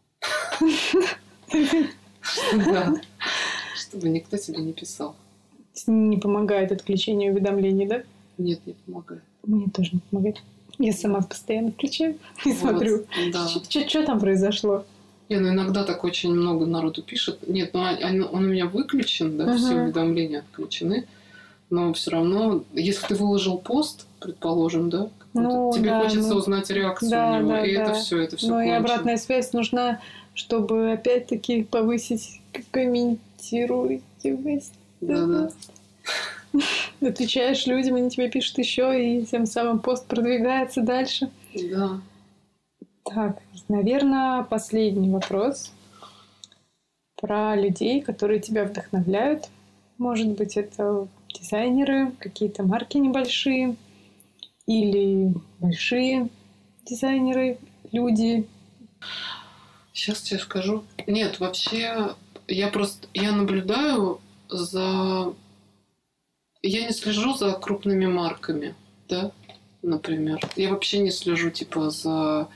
Да. Чтобы никто тебе не писал. Не помогает отключение уведомлений, да? Нет, не помогает. Мне тоже не помогает. Я сама постоянно включаю и смотрю, что там произошло. Не, ну иногда так очень много народу пишет. Нет, ну он у меня выключен, да, все уведомления отключены. Но все равно, если ты выложил пост, предположим, да, тебе хочется узнать реакцию на него, и это все Ну и обратная связь нужна, чтобы опять-таки повысить комментируемость. Да. Отвечаешь людям, они тебе пишут еще, и тем самым пост продвигается дальше. Да. Так, наверное, последний вопрос про людей, которые тебя вдохновляют. Может быть, это дизайнеры, какие-то марки небольшие или большие дизайнеры, люди. Сейчас тебе скажу. Нет, вообще, я наблюдаю за... Я не слежу за крупными марками, да, например. Я вообще не слежу, типа, за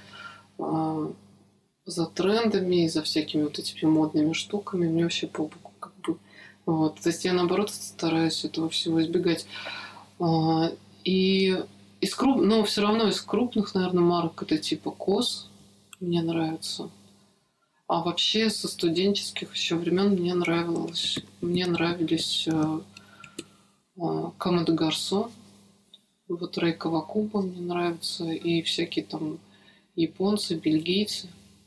трендами и за всякими вот этими модными штуками. Мне вообще по боку, как бы. Вот. То есть я, наоборот, стараюсь этого всего избегать. Но все равно из крупных, наверное, марок это типа COS мне нравится. А вообще со студенческих еще времен мне нравились Comme des Garçons, вот Рэй Кавакуба мне нравится, и всякие там японцы, бельгийцы.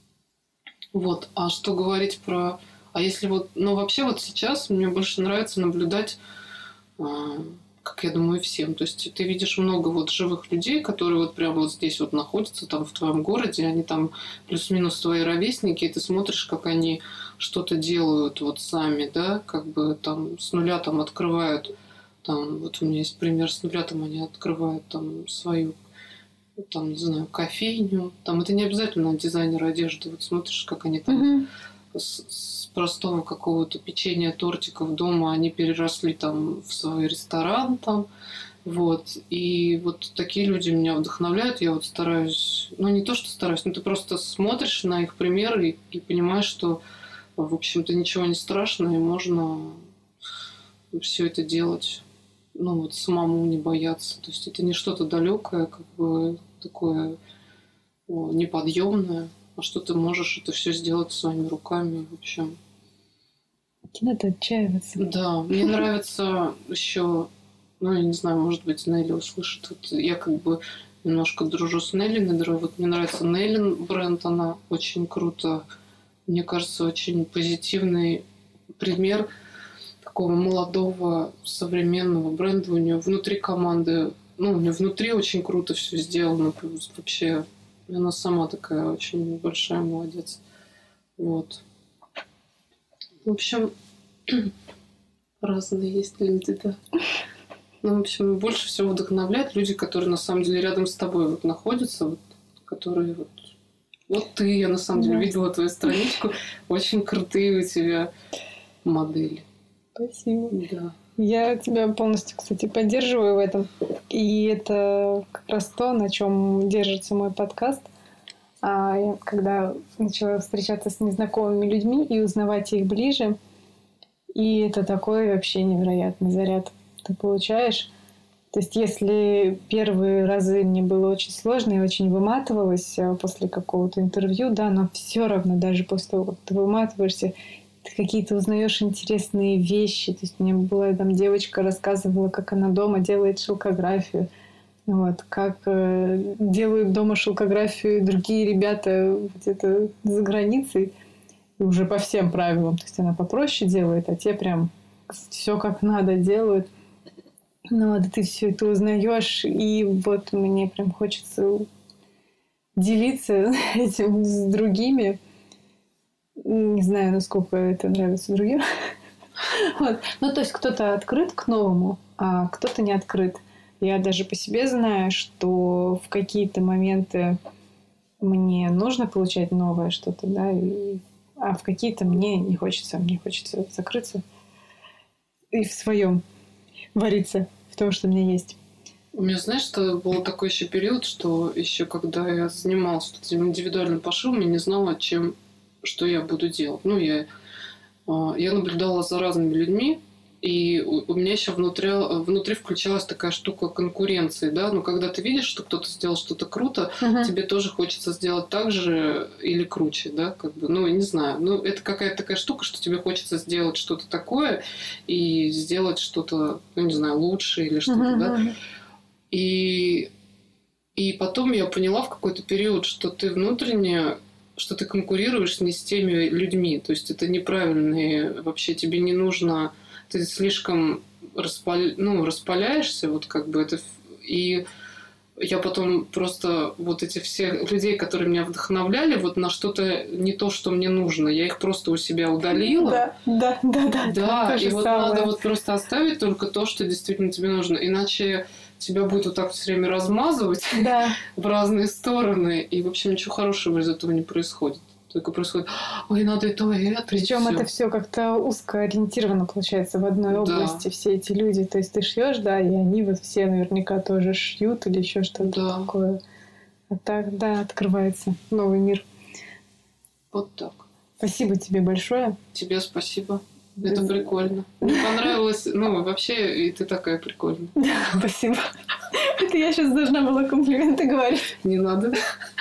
Вот. А что говорить про... А если вот... Ну, вообще вот сейчас мне больше нравится наблюдать, как я думаю, всем. То есть ты видишь много вот живых людей, которые вот прямо вот здесь вот находятся, там в твоем городе, они там плюс-минус твои ровесники, и ты смотришь, как они что-то делают вот сами, да, как бы там с нуля там открывают. Там, вот у меня есть пример с нуля, там они открывают там свою, там, не знаю, кофейню. Там это не обязательно дизайнер одежды. Вот смотришь, как они там с простого какого-то печенья, тортиков дома они переросли там в свой ресторан там. Вот. И вот такие люди меня вдохновляют. Я вот стараюсь, ну не то, что стараюсь, но ты просто смотришь на их примеры и понимаешь, что, в общем-то, ничего не страшно, и можно все это делать. Ну, вот самому не бояться. То есть это не что-то далекое, как бы такое неподъемное, а что ты можешь это все сделать своими руками. В общем. Не надо отчаиваться. Да, мне нравится еще, ну, я не знаю, может быть, Нелли услышит. Вот я как бы немножко дружу с Нелли Недровой. Вот мне нравится Неллин бренд, она очень круто, мне кажется, очень позитивный пример такого молодого, современного бренда. У нее внутри команды, ну, у нее внутри очень круто все сделано. Вообще, она сама такая очень большая молодец. Вот. В общем, разные есть люди, да. Ну, в общем, больше всего вдохновляют люди, которые на самом деле рядом с тобой вот находятся, вот, которые вот... Вот ты, я на самом деле видела твою страничку, очень крутые у тебя модели. Спасибо. Да. Я тебя полностью, кстати, поддерживаю в этом. И это как раз то, на чем держится мой подкаст. Я, когда начала встречаться с незнакомыми людьми и узнавать их ближе, и это такой вообще невероятный заряд ты получаешь. То есть, если первые разы мне было очень сложно, я очень выматывалась после какого-то интервью, да, но все равно, даже после того, как ты выматываешься, ты какие-то узнаешь интересные вещи. То есть, мне была там девочка, рассказывала, как она дома делает шелкографию. Вот, как делают дома шелкографию другие ребята где-то за границей, уже по всем правилам. То есть она попроще делает, а те прям все как надо делают. Ну вот ты все это узнаешь, и вот мне прям хочется делиться этим с другими. Не знаю, насколько это нравится другим. Вот. Ну, то есть кто-то открыт к новому, а кто-то не открыт. Я даже по себе знаю, что в какие-то моменты мне нужно получать новое что-то, да, а в какие-то мне не хочется. Мне хочется закрыться и в своем вариться, в том, что у меня есть. У меня, знаешь, что был такой еще период, что еще когда я занималась индивидуальным пошивом, я не знала, что я буду делать. Ну, я наблюдала за разными людьми, и у меня еще внутри включалась такая штука конкуренции, да, но когда ты видишь, что кто-то сделал что-то круто, тебе тоже хочется сделать так же или круче, да, как бы, ну, не знаю, ну, это какая-то такая штука, что тебе хочется сделать что-то такое и сделать что-то, ну, не знаю, лучше или что-то, да, и потом я поняла в какой-то период, что ты внутренне, что ты конкурируешь не с теми людьми, то есть это неправильные, вообще тебе не нужно, ты слишком распаляешься, вот как бы это, и я потом просто вот эти все людей, которые меня вдохновляли, вот на что-то не то, что мне нужно, я их просто у себя удалила. Да, и вот надо вот просто оставить только то, что действительно тебе нужно, иначе тебя будет вот так все время размазывать в разные стороны, и, в общем, ничего хорошего из этого не происходит. Только происходит, ой, надо это, и это. Причем это все как-то узко ориентировано получается в одной области, все эти люди. То есть ты шьешь, да, и они вот все наверняка тоже шьют или еще что-то такое. А так, да, открывается новый мир. Вот так. Спасибо тебе большое. Тебе спасибо. Это прикольно. Мне понравилось. Ну, вообще, и ты такая прикольная. Спасибо. Это я сейчас должна была комплименты говорить. Не надо.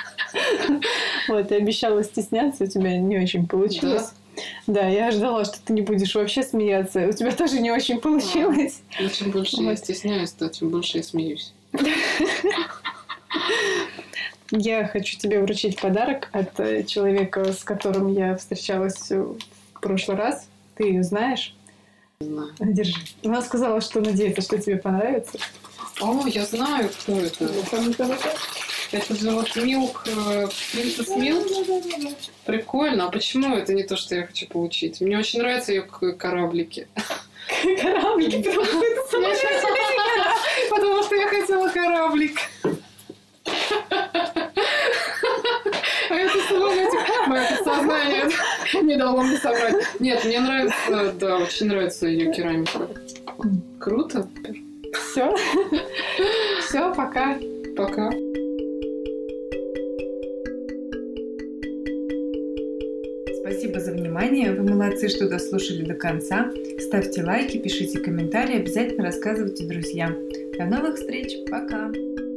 Вот, я обещала стесняться, у тебя не очень получилось. Да, я ждала, что ты не будешь вообще смеяться. У тебя тоже не очень получилось. Но чем больше я стесняюсь, то тем больше я смеюсь. Я хочу тебе вручить подарок от человека, с которым я встречалась в прошлый раз. Ты ее знаешь? Знаю. Держи. Она сказала, что надеется, что тебе понравится. О, я знаю, кто это. Это же вот Милк, Принцесс Милк. Прикольно. А почему это не то, что я хочу получить? Мне очень нравятся ее кораблики. Кораблики? Потому что я хотела кораблик. А это мое подсознание не дало мне собрать. Нет, мне нравится, да, очень нравится ее керамика. Круто. Все. Все, пока. Пока. Спасибо за внимание. Вы молодцы, что дослушали до конца. Ставьте лайки, пишите комментарии, обязательно рассказывайте друзьям. До новых встреч. Пока.